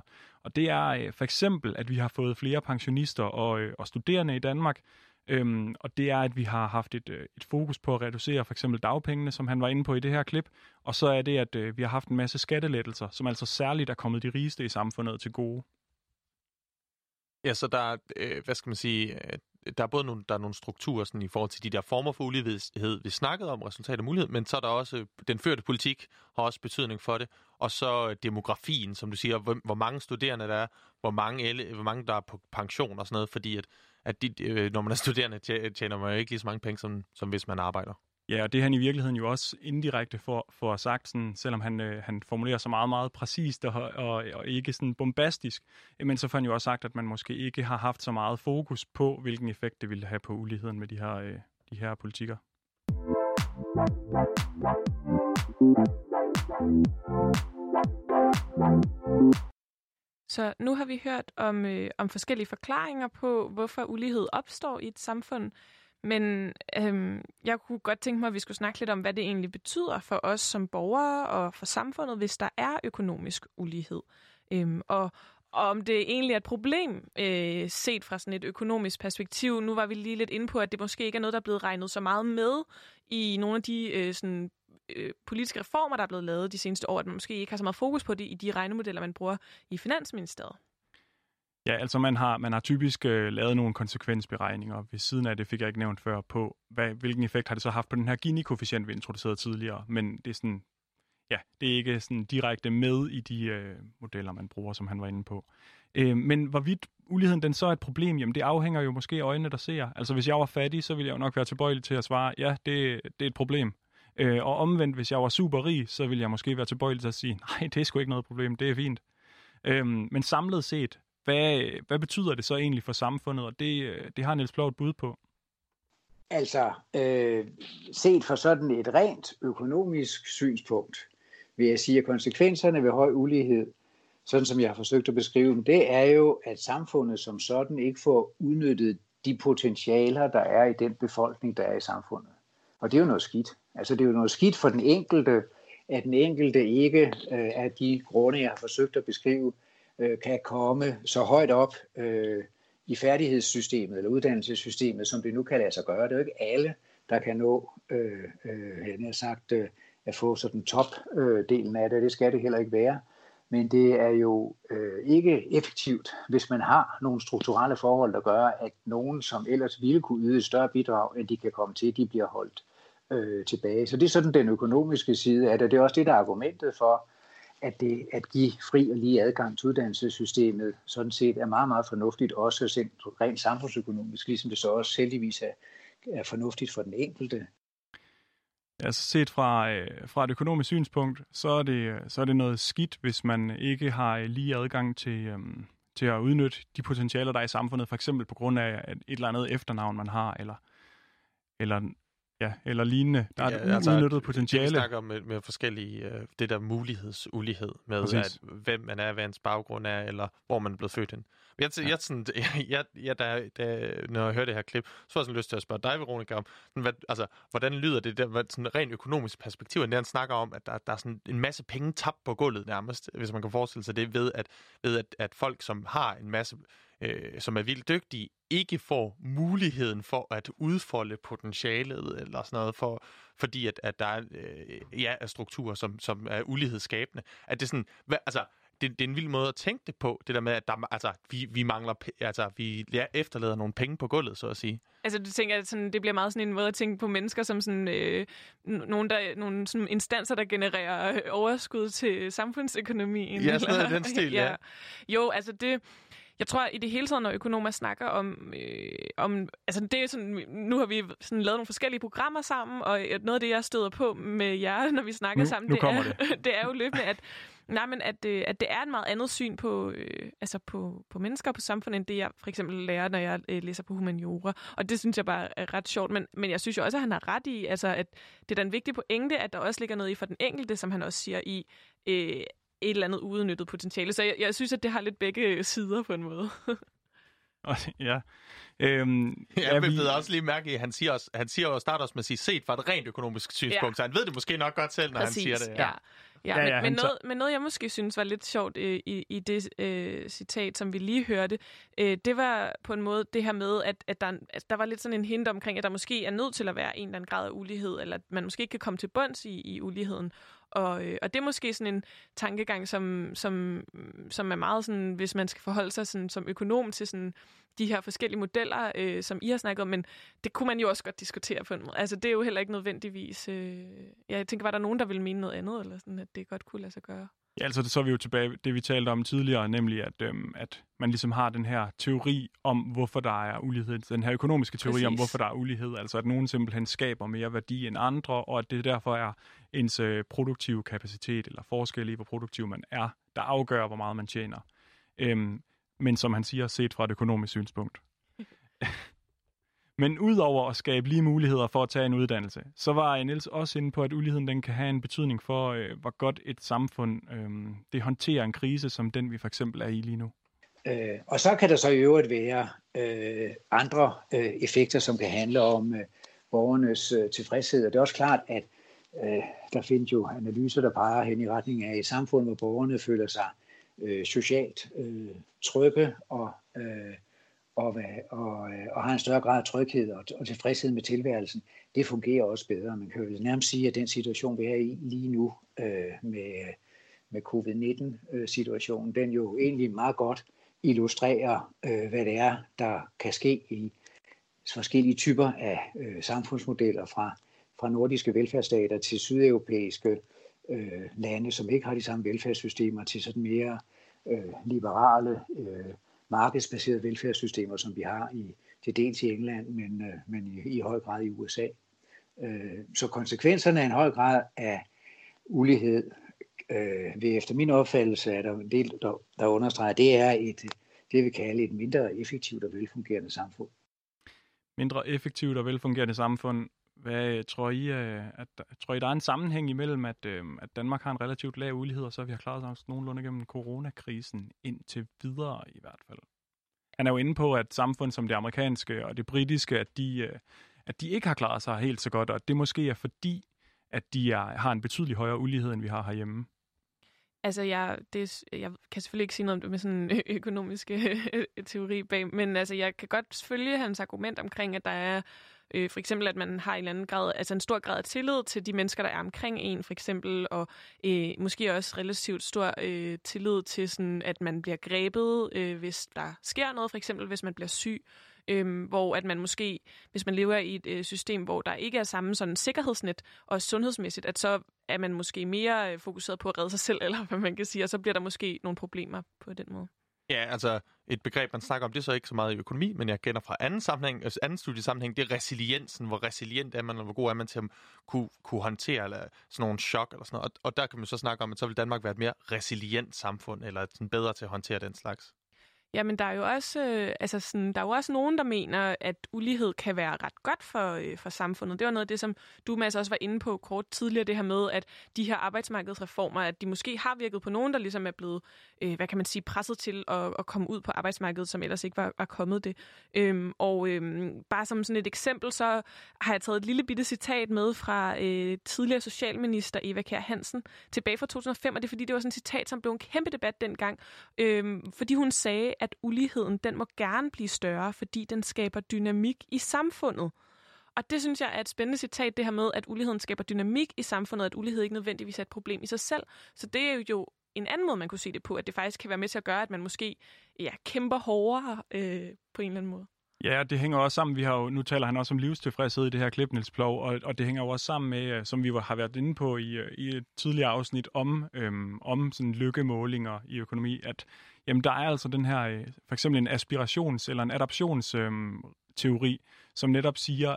Og det er for eksempel, at vi har fået flere pensionister og studerende i Danmark, og det er, at vi har haft et fokus på at reducere for eksempel dagpengene, som han var inde på i det her klip, og så er det, at vi har haft en masse skattelettelser, som altså særligt er kommet de rigeste i samfundet til gode. Ja, så der er, hvad skal man sige, der er både nogle strukturer sådan, i forhold til de der former for ulighed, vi snakkede om, resultat og mulighed, men så er der også, den førte politik har også betydning for det, og så demografien, som du siger, hvor mange studerende der er, hvor mange der er på pension og sådan noget, fordi at når man er studerende, tjener man jo ikke lige så mange penge, som hvis man arbejder. Ja, og det han i virkeligheden jo også indirekte for at sagt, sådan, selvom han formulerer sig meget, meget præcist og ikke sådan bombastisk, men så får han jo også sagt, at man måske ikke har haft så meget fokus på, hvilken effekt det ville have på uligheden med de her politikker. Så nu har vi hørt om forskellige forklaringer på, hvorfor ulighed opstår i et samfund. Men jeg kunne godt tænke mig, at vi skulle snakke lidt om, hvad det egentlig betyder for os som borgere og for samfundet, hvis der er økonomisk ulighed. Og om det egentlig er et problem, set fra sådan et økonomisk perspektiv. Nu var vi lige lidt inde på, at det måske ikke er noget, der er blevet regnet så meget med i nogle af de politiske reformer, der er blevet lavet de seneste år, at man måske ikke har så meget fokus på det i de regnemodeller, man bruger i Finansministeriet. Ja, altså man har typisk lavet nogle konsekvensberegninger. Ved siden af det fik jeg ikke nævnt før på, hvilken effekt har det så haft på den her Gini-koefficient, vi introducerede tidligere. Men det er sådan, ja, det er ikke sådan direkte med i de modeller, man bruger, som han var inde på. Men hvorvidt uligheden den så er et problem, jamen det afhænger jo måske af øjnene, der ser. Altså hvis jeg var fattig, så ville jeg jo nok være tilbøjelig til at svare, ja, det er et problem. Og omvendt, hvis jeg var super rig, så ville jeg måske være tilbøjelig til at sige, nej, det er sgu ikke noget problem, det er fint. Men samlet set, hvad betyder det så egentlig for samfundet? Og det har Niels Ploug et bud på. Altså, set fra sådan et rent økonomisk synspunkt, vil jeg sige, at konsekvenserne ved høj ulighed, sådan som jeg har forsøgt at beskrive dem, det er jo, at samfundet som sådan ikke får udnyttet de potentialer, der er i den befolkning, der er i samfundet. Og det er jo noget skidt. Altså, det er jo noget skidt for den enkelte, at den enkelte ikke af de grunde, jeg har forsøgt at beskrive, kan komme så højt op i færdighedssystemet eller uddannelsessystemet, som det nu kan lade sig gøre. Det er jo ikke alle, der kan nå at få sådan topdelen af det. Det skal det heller ikke være. Men det er jo ikke effektivt, hvis man har nogle strukturelle forhold, der gør, at nogen, som ellers ville kunne yde et større bidrag, end de kan komme til, de bliver holdt tilbage. Så det er sådan den økonomiske side af det. Det er også det, der er argumentet for, at give fri og lige adgang til uddannelsessystemet sådan set er meget, meget fornuftigt, også rent samfundsøkonomisk, ligesom det så også heldigvis er fornuftigt for den enkelte. Altså set fra et økonomisk synspunkt, så er det noget skidt, hvis man ikke har lige adgang til at udnytte de potentialer, der er i samfundet, for eksempel på grund af et eller andet efternavn, man har, eller lignende. Der er et udnyttet potentiale. Det vi snakker om med forskellige, det der mulighedsulighed, med at, hvem man er, hvad ens baggrund er, eller hvor man er blevet født hen. Når jeg hører det her klip, så får jeg sådan lyst til at spørge dig, Veronica, om, hvordan lyder det der, sådan rent økonomisk perspektiv, at han snakker om, at der er sådan en masse penge tabt på gulvet nærmest, hvis man kan forestille sig det, ved at folk, som har en masse, som er vildt dygtige, ikke får muligheden for at udfolde potentialet eller sådan noget, fordi at der er strukturer, som er ulighedsskabende. At det sådan, det er en vild måde at tænke det på, det der med, at vi mangler, vi efterlader nogle penge på gulvet, så at sige. Altså, du tænker, at sådan, det bliver meget sådan en måde at tænke på mennesker som sådan, nogle sådan instanser, der genererer overskud til samfundsøkonomien. Ja, sådan noget i den stil, ja. Jo, altså det... Jeg tror i det hele taget, når økonomer snakker om altså det er sådan, nu har vi sådan lavet nogle forskellige programmer sammen, og noget af det, jeg støder på med jer, når vi snakker sammen, det er jo løbende, at det er et meget andet syn på, på mennesker og på samfundet, end det jeg for eksempel lærer, når jeg læser på humaniora. Og det synes jeg bare er ret sjovt, men jeg synes jo også, at han har ret i, altså at det er da en vigtig pointe, at der også ligger noget i for den enkelte, som han også siger i et eller andet uudnyttet potentiale. Så jeg synes, at det har lidt begge sider på en måde. Ja. Jeg vil også lige mærke, at han starter også med at sige, set fra et rent økonomisk synspunkt, så han ved det måske nok godt selv, når han siger det. Men noget, jeg måske synes var lidt sjovt i det citat, som vi lige hørte, det var på en måde det her med, at der var lidt sådan en hint omkring, at der måske er nødt til at være en eller anden grad af ulighed, eller at man måske ikke kan komme til bunds i uligheden. Og det er måske sådan en tankegang, som er meget sådan, hvis man skal forholde sig sådan, som økonom til sådan de her forskellige modeller, som I har snakket om, men det kunne man jo også godt diskutere på en måde. Altså, det er jo heller ikke nødvendigvis... jeg tænker, var der nogen, der ville mene noget andet, eller sådan, at det godt kunne lade sig gøre? Ja, altså så er vi jo tilbage det, vi talte om tidligere, nemlig at man ligesom har den her teori om, hvorfor der er ulighed. Den her økonomiske teori om, hvorfor der er ulighed. Altså at nogen simpelthen skaber mere værdi end andre, og at det derfor er ens produktive kapacitet, eller forskel i, hvor produktiv man er, der afgør, hvor meget man tjener. Men som han siger, set fra et økonomisk synspunkt. Men udover at skabe lige muligheder for at tage en uddannelse, så var Niels også inde på, at uligheden den kan have en betydning for, hvor godt et samfund det håndterer en krise, som den vi for eksempel er i lige nu. Og så kan der så i øvrigt være andre effekter, som kan handle om borgernes tilfredshed. Og det er også klart, at der findes jo analyser, der peger hen i retning af et samfund, hvor borgerne føler sig socialt trygge og har en større grad af tryghed og tilfredshed med tilværelsen. Det fungerer også bedre. Man kan jo nærmest sige, at den situation, vi er i lige nu med covid-19-situationen, den jo egentlig meget godt illustrerer, hvad det er, der kan ske i forskellige typer af samfundsmodeller fra nordiske velfærdsstater til sydeuropæiske lande, som ikke har de samme velfærdssystemer, til sådan mere liberale, markedsbaserede velfærdssystemer, som vi har til dels i England, men i høj grad i USA. Så konsekvenserne af en høj grad af ulighed, ved efter min opfattelse, er der en del, der understreger, det er det vi kalder et mindre effektivt og velfungerende samfund. Mindre effektivt og velfungerende samfund. Hvad tror I, der er en sammenhæng imellem, at Danmark har en relativt lav ulighed, og så vi har klaret os nogenlunde gennem coronakrisen indtil videre i hvert fald? Han er jo inde på, at samfund som det amerikanske og det britiske, at de ikke har klaret sig helt så godt, og det måske er fordi, at de har en betydelig højere ulighed, end vi har herhjemme. Altså, jeg kan selvfølgelig ikke sige noget om det med sådan en økonomisk teori bag, men altså, jeg kan godt følge hans argument omkring, at der er for eksempel, at man har en eller anden grad, altså en stor grad af tillid til de mennesker, der er omkring en, for eksempel, og måske også relativt stor tillid til, sådan, at man bliver grebet, hvis der sker noget, for eksempel, hvis man bliver syg. Hvor at man måske, hvis man lever i et system, hvor der ikke er samme sådan sikkerhedsnet og sundhedsmæssigt, at så er man måske mere fokuseret på at redde sig selv, eller hvad man kan sige, og så bliver der måske nogle problemer på den måde. Ja, altså et begreb, man snakker om, det er så ikke så meget i økonomi, men jeg kender fra anden studiesammenhæng, det er resiliensen. Hvor resilient er man, og hvor god er man til at kunne håndtere eller sådan nogle chok eller sådan noget. Og der kan man så snakke om, at så vil Danmark være et mere resilient samfund, eller sådan bedre til at håndtere den slags. Jamen, der er jo også, nogen, der mener, at ulighed kan være ret godt for samfundet. Det var noget af det, som du, Mads, også var inde på kort tidligere, det her med, at de her arbejdsmarkedsreformer, at de måske har virket på nogen, der ligesom er blevet, presset til at komme ud på arbejdsmarkedet, som ellers ikke var kommet det. Bare som sådan et eksempel, så har jeg taget et lille bitte citat med fra tidligere socialminister Eva Kjer Hansen tilbage fra 2005, og det er fordi, det var sådan et citat, som blev en kæmpe debat dengang, fordi hun sagde, at uligheden, den må gerne blive større, fordi den skaber dynamik i samfundet. Og det synes jeg er et spændende citat, det her med, at uligheden skaber dynamik i samfundet, at ulighed ikke nødvendigvis er et problem i sig selv. Så det er jo en anden måde, man kunne se det på, at det faktisk kan være med til at gøre, at man måske kæmper hårdere på en eller anden måde. Ja, det hænger også sammen. Nu taler han også om livstilfredshed i det her klip, Niels Ploug, og det hænger jo også sammen med, som vi har været inde på i et tidligere afsnit om sådan lykkemålinger i økonomi, at jamen, der er altså den her, for eksempel en aspirations- eller en adaptionsteori, som netop siger,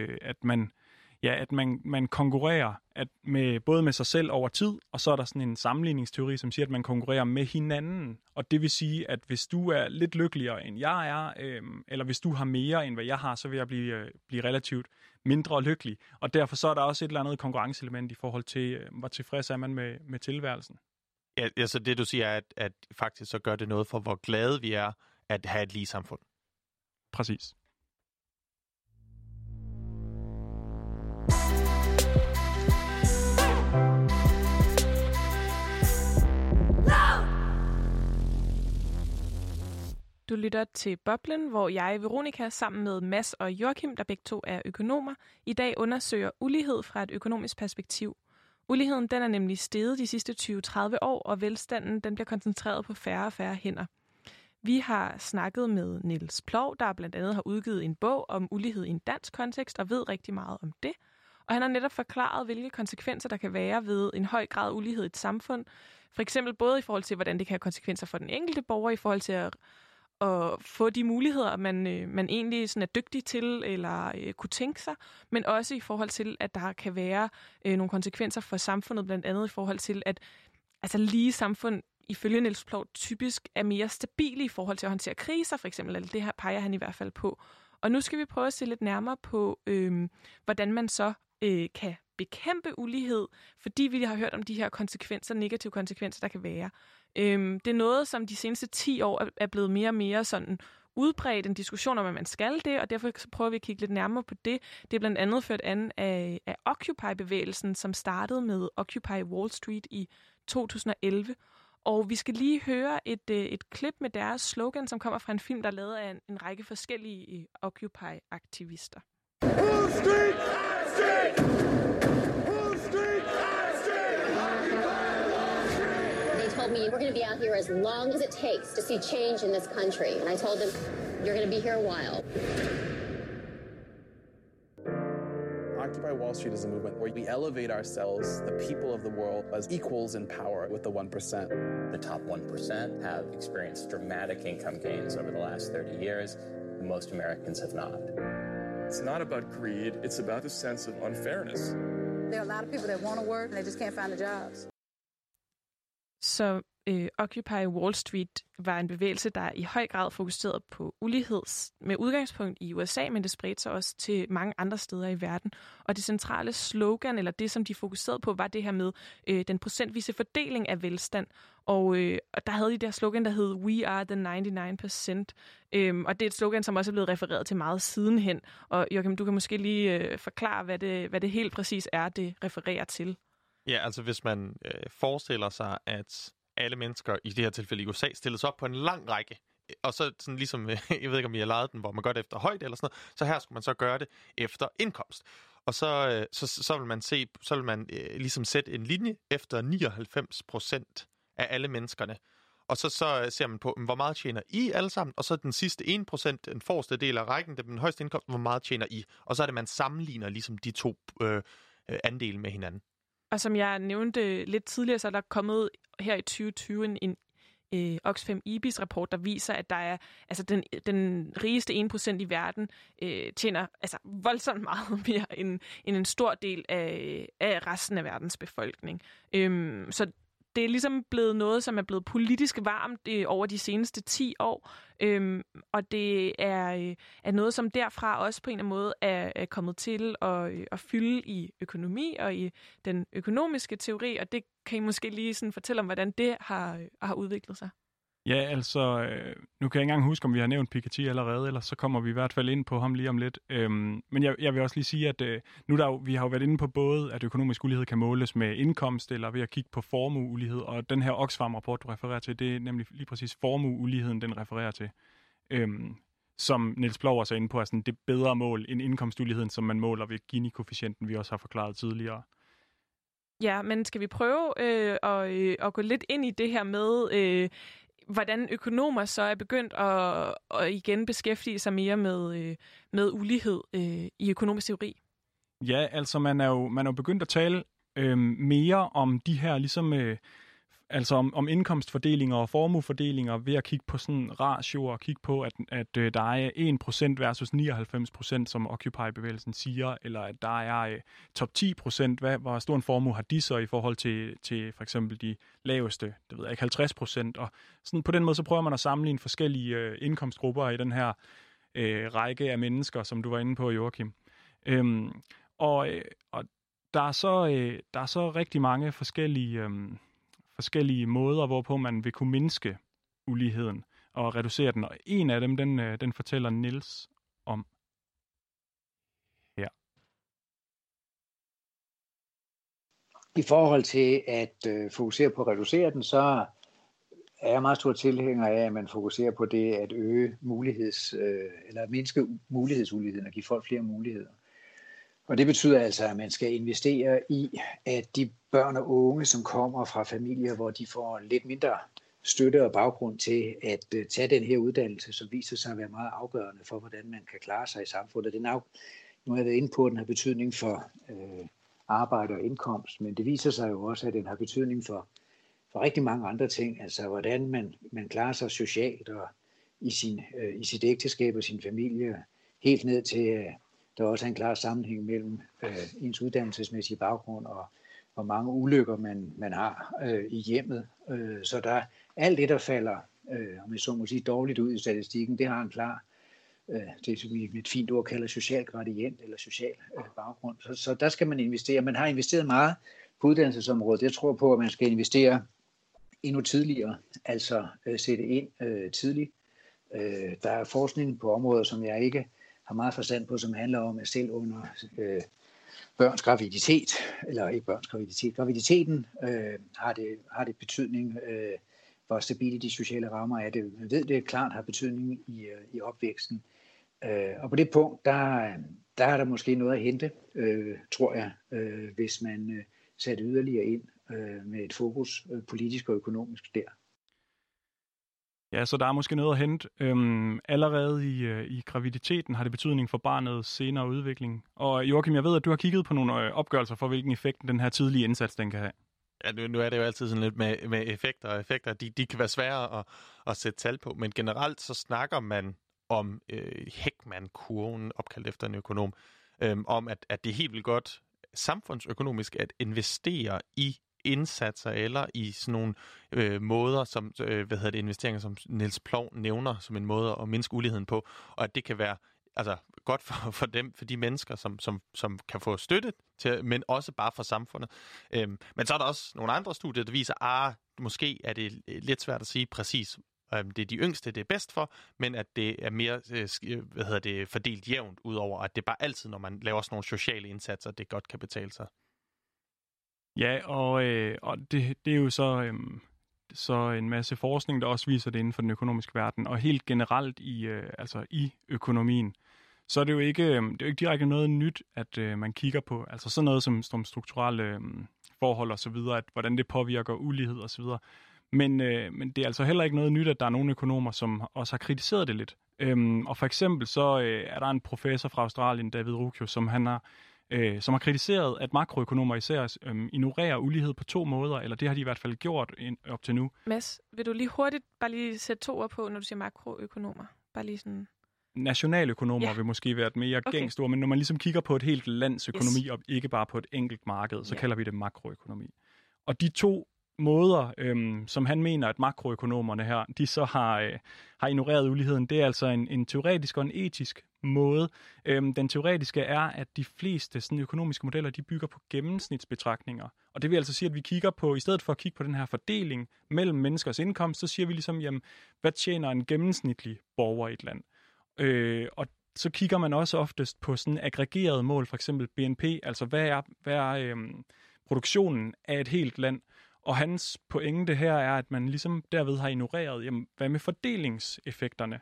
at man konkurrerer både med sig selv over tid, og så er der sådan en sammenligningsteori, som siger, at man konkurrerer med hinanden. Og det vil sige, at hvis du er lidt lykkeligere, end jeg er, eller hvis du har mere, end hvad jeg har, så vil jeg blive relativt mindre lykkelig. Og derfor så er der også et eller andet konkurrenceelement i forhold til, hvor tilfreds er man med tilværelsen. Ja, så det du siger er, at faktisk så gør det noget for, hvor glade vi er at have et lige samfund. Præcis. Du lytter til Boblen, hvor jeg, Veronica, sammen med Mads og Joachim, der begge to er økonomer, i dag undersøger ulighed fra et økonomisk perspektiv. Uligheden den er nemlig steget de sidste 20-30 år, og velstanden den bliver koncentreret på færre og færre hænder. Vi har snakket med Niels Plov, der blandt andet har udgivet en bog om ulighed i en dansk kontekst og ved rigtig meget om det. Og han har netop forklaret, hvilke konsekvenser der kan være ved en høj grad af ulighed i et samfund. For eksempel både i forhold til, hvordan det kan have konsekvenser for den enkelte borger, i forhold til at få de muligheder, man egentlig sådan er dygtig til eller kunne tænke sig, men også i forhold til, at der kan være nogle konsekvenser for samfundet, blandt andet i forhold til, at altså lige samfund ifølge Niels Plov typisk er mere stabile i forhold til at håndtere kriser, for eksempel, eller det her peger han i hvert fald på. Og nu skal vi prøve at se lidt nærmere på, hvordan man så kan bekæmpe ulighed, fordi vi har hørt om de her konsekvenser, negative konsekvenser, der kan være. Det er noget, som de seneste 10 år er blevet mere og mere sådan udbredt en diskussion om, at man skal det, og derfor prøver vi at kigge lidt nærmere på det. Det er blandt andet ført an af Occupy-bevægelsen, som startede med Occupy Wall Street i 2011. Og vi skal lige høre et klip med deres slogan, som kommer fra en film, der er lavet af en række forskellige Occupy-aktivister. Wall Street! Street! Wall Street! Street! They told me, we're going to be out here as long as it takes to see change in this country. And I told them, you're going to be here a while. Occupy Wall Street is a movement where we elevate ourselves, the people of the world, as equals in power with the 1%. The top 1% have experienced dramatic income gains over the last 30 years. Most Americans have not. It's not about greed, it's about the sense of unfairness. There are a lot of people that want to work, and they just can't find the jobs. Så Occupy Wall Street var en bevægelse, der i høj grad fokuserede på ulighed med udgangspunkt i USA, men det spredte sig også til mange andre steder i verden. Og det centrale slogan, eller det, som de fokuserede på, var det her med den procentvise fordeling af velstand. Og der havde de der slogan, der hed We are the 99%. Og det er et slogan, som også er blevet refereret til meget sidenhen. Og Joachim, du kan måske lige forklare, hvad det helt præcis er, det refererer til. Ja, altså hvis man forestiller sig, at alle mennesker, i det her tilfælde i USA, stilles op på en lang række, og så sådan ligesom, jeg ved ikke om I har lejet den, hvor man gør det efter højde eller sådan noget, så her skulle man så gøre det efter indkomst. Og så vil man ligesom sætte en linje efter 99% af alle menneskerne. Og så ser man på, hvor meget tjener I alle sammen, og så den sidste 1%, den forreste del af rækken, den højeste indkomst, hvor meget tjener I. Og så er det, man sammenligner ligesom de to andele med hinanden. Og som jeg nævnte lidt tidligere, så er der kommet her i 2020 en Oxfam IBIS-rapport, der viser, at der er altså den rigeste 1% i verden tjener altså voldsomt meget mere end en stor del af resten af verdens befolkning. Så det er ligesom blevet noget, som er blevet politisk varmt over de seneste 10 år, og det er noget, som derfra også på en eller anden måde er kommet til at fylde i økonomi og i den økonomiske teori, og det kan I måske lige sådan fortælle om, hvordan det har udviklet sig. Ja, altså, nu kan jeg ikke engang huske, om vi har nævnt Piketty allerede, eller så kommer vi i hvert fald ind på ham lige om lidt. Men jeg vil også lige sige, at vi har jo været inde på både, at økonomisk ulighed kan måles med indkomst, eller ved at kigge på formueulighed, og den her Oxfam-rapport, du refererer til, det er nemlig lige præcis formueuligheden, den refererer til. Som Niels Plov også er inde på, er sådan det bedre mål end indkomstuligheden, som man måler ved Gini-koefficienten, vi også har forklaret tidligere. Ja, men skal vi prøve at gå lidt ind i det her med hvordan økonomer så er begyndt at igen beskæftige sig mere med ulighed i økonomisk teori? Ja, altså man er jo begyndt at tale mere om de her ligesom altså om indkomstfordelinger og formuefordelinger ved at kigge på sådan ratioer og kigge på, at der er 1% versus 99%, som Occupy-bevægelsen siger, eller at der er top 10%. Hvor stor en formue har de så i forhold til for eksempel de laveste, det ved jeg ikke, 50%. Og sådan på den måde, så prøver man at sammenligne forskellige indkomstgrupper i den her række af mennesker, som du var inde på, Joachim. Og der er så rigtig mange forskellige måder, hvorpå man vil kunne mindske uligheden. og reducere den. Og en af dem, den fortæller Niels om her. I forhold til at fokusere på at reducere den, så er jeg meget stor tilhænger af, at man fokuserer på det at øge eller mindske mulighedsuligheden og give folk flere muligheder. Og det betyder altså, at man skal investere i, at de børn og unge, som kommer fra familier, hvor de får lidt mindre støtte og baggrund til at tage den her uddannelse, som viser sig at være meget afgørende for, hvordan man kan klare sig i samfundet. Nu har jeg været inde på, at den har betydning for arbejde og indkomst, men det viser sig jo også, at den har betydning for rigtig mange andre ting, altså hvordan man klarer sig socialt og i sit ægteskab og sin familie, helt ned til, der også er en klar sammenhæng mellem ens uddannelsesmæssige baggrund og hvor mange ulykker man har i hjemmet. Så der alt det, der falder, om jeg så må sige, dårligt ud i statistikken, det har en klar, det som vi med et fint ord kalder social gradient eller social baggrund. Så der skal man investere. Man har investeret meget på uddannelsesområdet. Jeg tror på, at man skal investere endnu tidligere, altså sætte ind tidligt. Der er forskning på områder, som jeg ikke har meget forstand på, som handler om, at selv under børns graviditet, eller ikke børns graviditet, graviditeten har det betydning, hvor stabile de sociale rammer er. Man ved, det klart har betydning i opvæksten. Og på det punkt, der er der måske noget at hente, tror jeg, hvis man satte yderligere ind med et fokus politisk og økonomisk der. Ja, så der er måske noget at hente. Allerede i graviditeten har det betydning for barnets senere udvikling. Og Joachim, jeg ved, at du har kigget på nogle opgørelser for, hvilken effekt den her tidlige indsats den kan have. Ja, nu er det jo altid sådan lidt med effekter, og effekter, de kan være svære at sætte tal på. Men generelt så snakker man om Heckman-kurven, opkaldt efter en økonom, om at det er helt vildt godt samfundsøkonomisk at investere i indsatser eller i sådan nogle måder, som investeringer, som Niels Ploug nævner som en måde at mindske uligheden på, og at det kan være godt for dem, for de mennesker, som kan få støtte til, men også bare for samfundet. Men så er der også nogle andre studier, der viser, måske er det lidt svært at sige præcis, det er de yngste, det er bedst for, men at det er mere fordelt jævnt ud over, at det bare altid, når man laver sådan nogle sociale indsatser, det godt kan betale sig. Ja, og det er jo så en masse forskning, der også viser det inden for den økonomiske verden, og helt generelt i økonomien, så er det jo ikke direkte noget nyt, at man kigger på, altså sådan noget som strukturelle forhold og så videre, at hvordan det påvirker ulighed og så videre. Men det er altså heller ikke noget nyt, at der er nogle økonomer, som også har kritiseret det lidt. Og for eksempel så er der en professor fra Australien, David Ruccio, som har kritiseret, at makroøkonomer især ignorerer ulighed på 2 måder, eller det har de i hvert fald gjort op til nu. Mads, vil du lige hurtigt bare lige sætte 2 ord på, når du siger makroøkonomer? Bare lige sådan... Nationaløkonomer vil måske være et mere gængst ord, men når man ligesom kigger på et helt lands økonomi, og ikke bare på et enkelt marked, så kalder vi det makroøkonomi. Og de 2 måder, som han mener, at makroøkonomerne her, de så har ignoreret uligheden, det er altså en teoretisk og en etisk måde. Den teoretiske er, at de fleste sådan, økonomiske modeller, de bygger på gennemsnitsbetragtninger. Og det vil altså sige, at vi kigger på, i stedet for at kigge på den her fordeling mellem menneskers indkomst, så siger vi ligesom, jamen, hvad tjener en gennemsnitlig borger i et land? Og så kigger man også oftest på sådan aggregerede mål, for eksempel BNP, altså hvad er produktionen af et helt land? Og hans pointe her er, at man ligesom derved har ignoreret, jamen, hvad med fordelingseffekterne?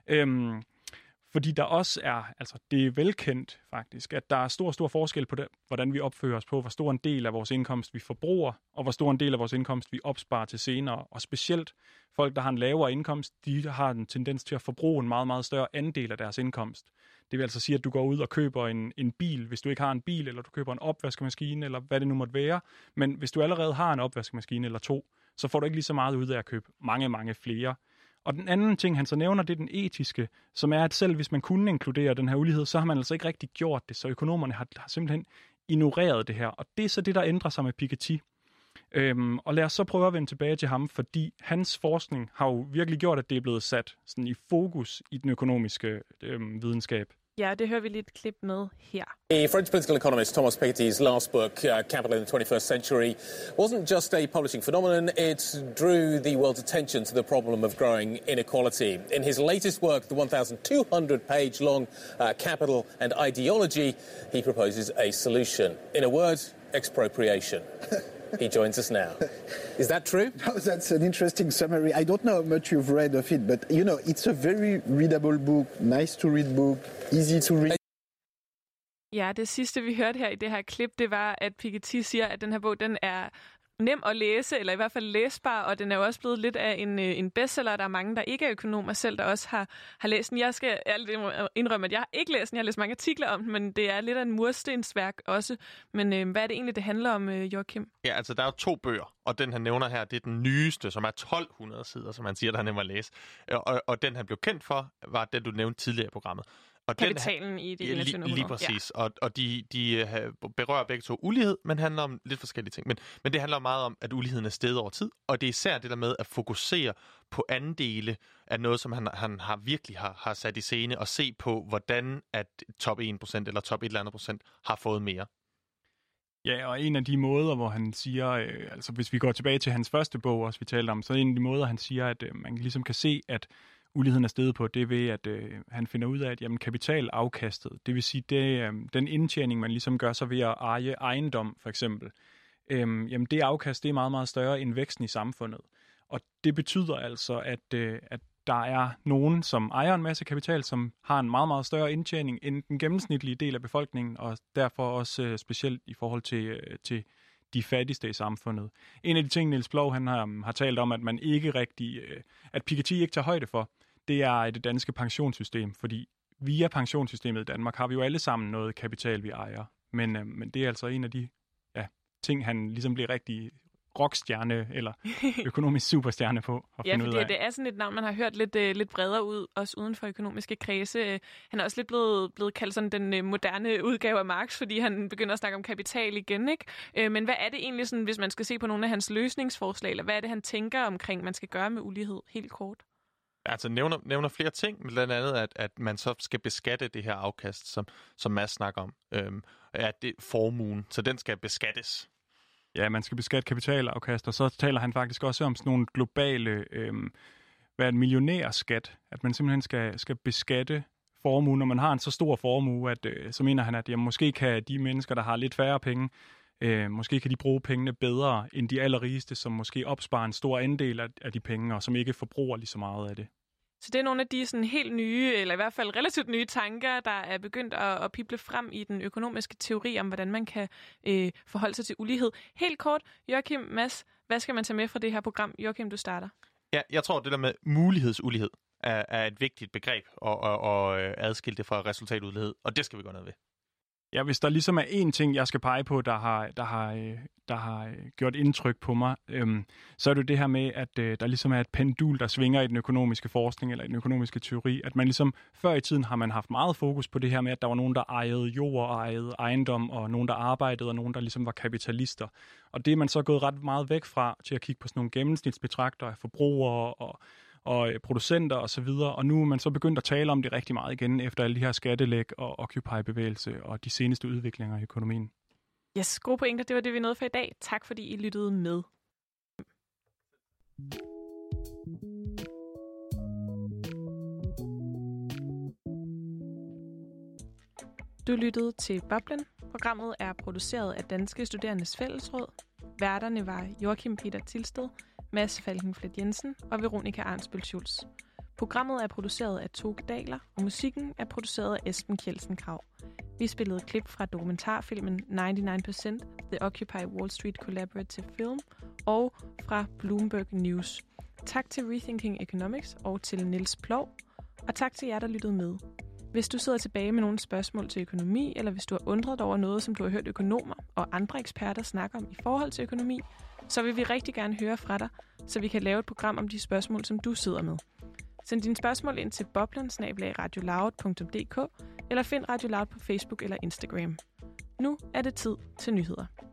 Fordi der også er, altså det er velkendt faktisk, at der er stor forskel på det, hvordan vi opfører os på, hvor stor en del af vores indkomst vi forbruger, og hvor stor en del af vores indkomst vi opsparer til senere. Og specielt folk, der har en lavere indkomst, de har en tendens til at forbruge en meget, meget større andel af deres indkomst. Det vil altså sige, at du går ud og køber en bil, hvis du ikke har en bil, eller du køber en opvaskemaskine, eller hvad det nu måtte være. Men hvis du allerede har en opvaskemaskine eller 2, så får du ikke lige så meget ud af at købe mange flere. Og den anden ting, han så nævner, det er den etiske, som er, at selv hvis man kunne inkludere den her ulighed, så har man altså ikke rigtig gjort det. Så økonomerne har simpelthen ignoreret det her. Og det er så det, der ændrer sig med Piketty. Og lad os så prøve at vende tilbage til ham, fordi hans forskning har jo virkelig gjort, at det er blevet sat sådan i fokus i den økonomiske videnskab. Ja, det hører vi lidt klip med her. The French political economist Thomas Piketty's last book, Capital in the 21st Century, wasn't just a publishing phenomenon, it drew the world's attention to the problem of growing inequality. In his latest work, the 1,200-page-long Capital and Ideology, he proposes a solution. In a word, expropriation. He joins us now. Is that true? No, that's an interesting summary. I don't know how much you've read of it, but, you know, it's a very readable book, nice to read book, easy to read. Ja, det sidste, vi hørte her i det her klip, det var, at Piketty siger, at den her bog, den er nem at læse, eller i hvert fald læsbar, og den er jo også blevet lidt af en bestseller. Der er mange, der ikke er økonomer selv, der også har læst den. Jeg skal ærligt indrømme, at jeg har ikke læst den. Jeg har læst mange artikler om den, men det er lidt af en murstensværk også. Men hvad er det egentlig, det handler om, Joachim? Ja, altså der er jo 2 bøger, og den han nævner her, det er den nyeste, som er 1200 sider, som han siger, der er nem at læse. Og den han blev kendt for, var den, du nævnte tidligere i programmet. Og Kapitalen i det 21. århundrede. Lige præcis. Ja. Og de berører begge to ulighed, men handler om lidt forskellige ting. Men det handler meget om, at uligheden er steget over tid, og det er især det der med at fokusere på andele af noget, som han virkelig har sat i scene, og se på, hvordan at top 1% eller top 1 eller andet procent har fået mere. Ja, og en af de måder, hvor han siger, altså hvis vi går tilbage til hans første bog, også vi talte om, så en af de måder, han siger, at man ligesom kan se, at uligheden er steget på, det er ved, at han finder ud af, at jamen, kapitalafkastet, det vil sige, det, den indtjening, man ligesom gør sig ved at eje ejendom, for eksempel, jamen det afkast, det er meget, meget større end væksten i samfundet. Og det betyder altså, at der er nogen, som ejer en masse kapital, som har en meget, meget større indtjening end den gennemsnitlige del af befolkningen, og derfor også specielt i forhold til de fattigste i samfundet. En af de ting, Niels Ploug, han har talt om, at man ikke rigtig, at Piketty ikke tager højde for, det er det danske pensionssystem, fordi via pensionssystemet i Danmark har vi jo alle sammen noget kapital, vi ejer. Men det er altså en af de ting, han ligesom bliver rigtig rockstjerne eller økonomisk superstjerne på at finde ud af. Ja, det er sådan et navn, man har hørt lidt bredere ud, også uden for økonomiske kredse. Han er også lidt blevet kaldt sådan den moderne udgave af Marx, fordi han begynder at snakke om kapital igen, ikke? Men hvad er det egentlig, sådan, hvis man skal se på nogle af hans løsningsforslag, eller hvad er det, han tænker omkring, man skal gøre med ulighed, helt kort? Altså nævner flere ting, blandt andet, at man så skal beskatte det her afkast, som Mads snakker om. At det formuen, så den skal beskattes. Ja, man skal beskatte kapitalafkast, og så taler han faktisk også om sådan nogle globale millionærskat, at man simpelthen skal beskatte formue, når man har en så stor formue, at så mener han, at måske kan de mennesker, der har lidt færre penge, måske kan de bruge pengene bedre end de allerrigeste, som måske opsparer en stor andel af de penge, og som ikke forbruger lige så meget af det. Så det er nogle af de sådan helt nye, eller i hvert fald relativt nye tanker, der er begyndt at pible frem i den økonomiske teori om, hvordan man kan forholde sig til ulighed. Helt kort, Joachim, Mads, hvad skal man tage med fra det her program? Joachim, du starter. Ja, jeg tror, det der med mulighedsulighed er et vigtigt begreb og adskille det fra resultatulighed, og det skal vi gøre noget ved. Ja, hvis der ligesom er én ting, jeg skal pege på, der har gjort indtryk på mig, så er det det her med, at der ligesom er et pendul, der svinger i den økonomiske forskning eller i den økonomiske teori. At man ligesom, før i tiden har man haft meget fokus på det her med, at der var nogen, der ejede jord og ejede ejendom, og nogen, der arbejdede, og nogen, der ligesom var kapitalister. Og det er man så gået ret meget væk fra til at kigge på sådan nogle gennemsnitsbetragtere af forbrugere og producenter og så videre, og nu er man så begyndt at tale om det rigtig meget igen, efter alle de her skattelæg og Occupy-bevægelse og de seneste udviklinger i økonomien. Yes, gode pointer. Det var det, vi nåede for i dag. Tak, fordi I lyttede med. Du lyttede til Boblen. Programmet er produceret af Danske Studerendes Fællesråd. Værterne var Joachim Peter Tilsted, Mads Falkenflet Jensen og Veronika Arnsbøl Schulz. Programmet er produceret af Toge Daler, og musikken er produceret af Esben Kjeldsen Krag. Vi spillede klip fra dokumentarfilmen 99%, The Occupy Wall Street Collaborative Film, og fra Bloomberg News. Tak til Rethinking Economics og til Niels Ploug, og tak til jer, der lyttede med. Hvis du sidder tilbage med nogle spørgsmål til økonomi, eller hvis du har undret dig over noget, som du har hørt økonomer og andre eksperter snakke om i forhold til økonomi, så vil vi rigtig gerne høre fra dig, så vi kan lave et program om de spørgsmål, som du sidder med. Send dine spørgsmål ind til boblen@radioloud.dk eller find Radio Loud på Facebook eller Instagram. Nu er det tid til nyheder.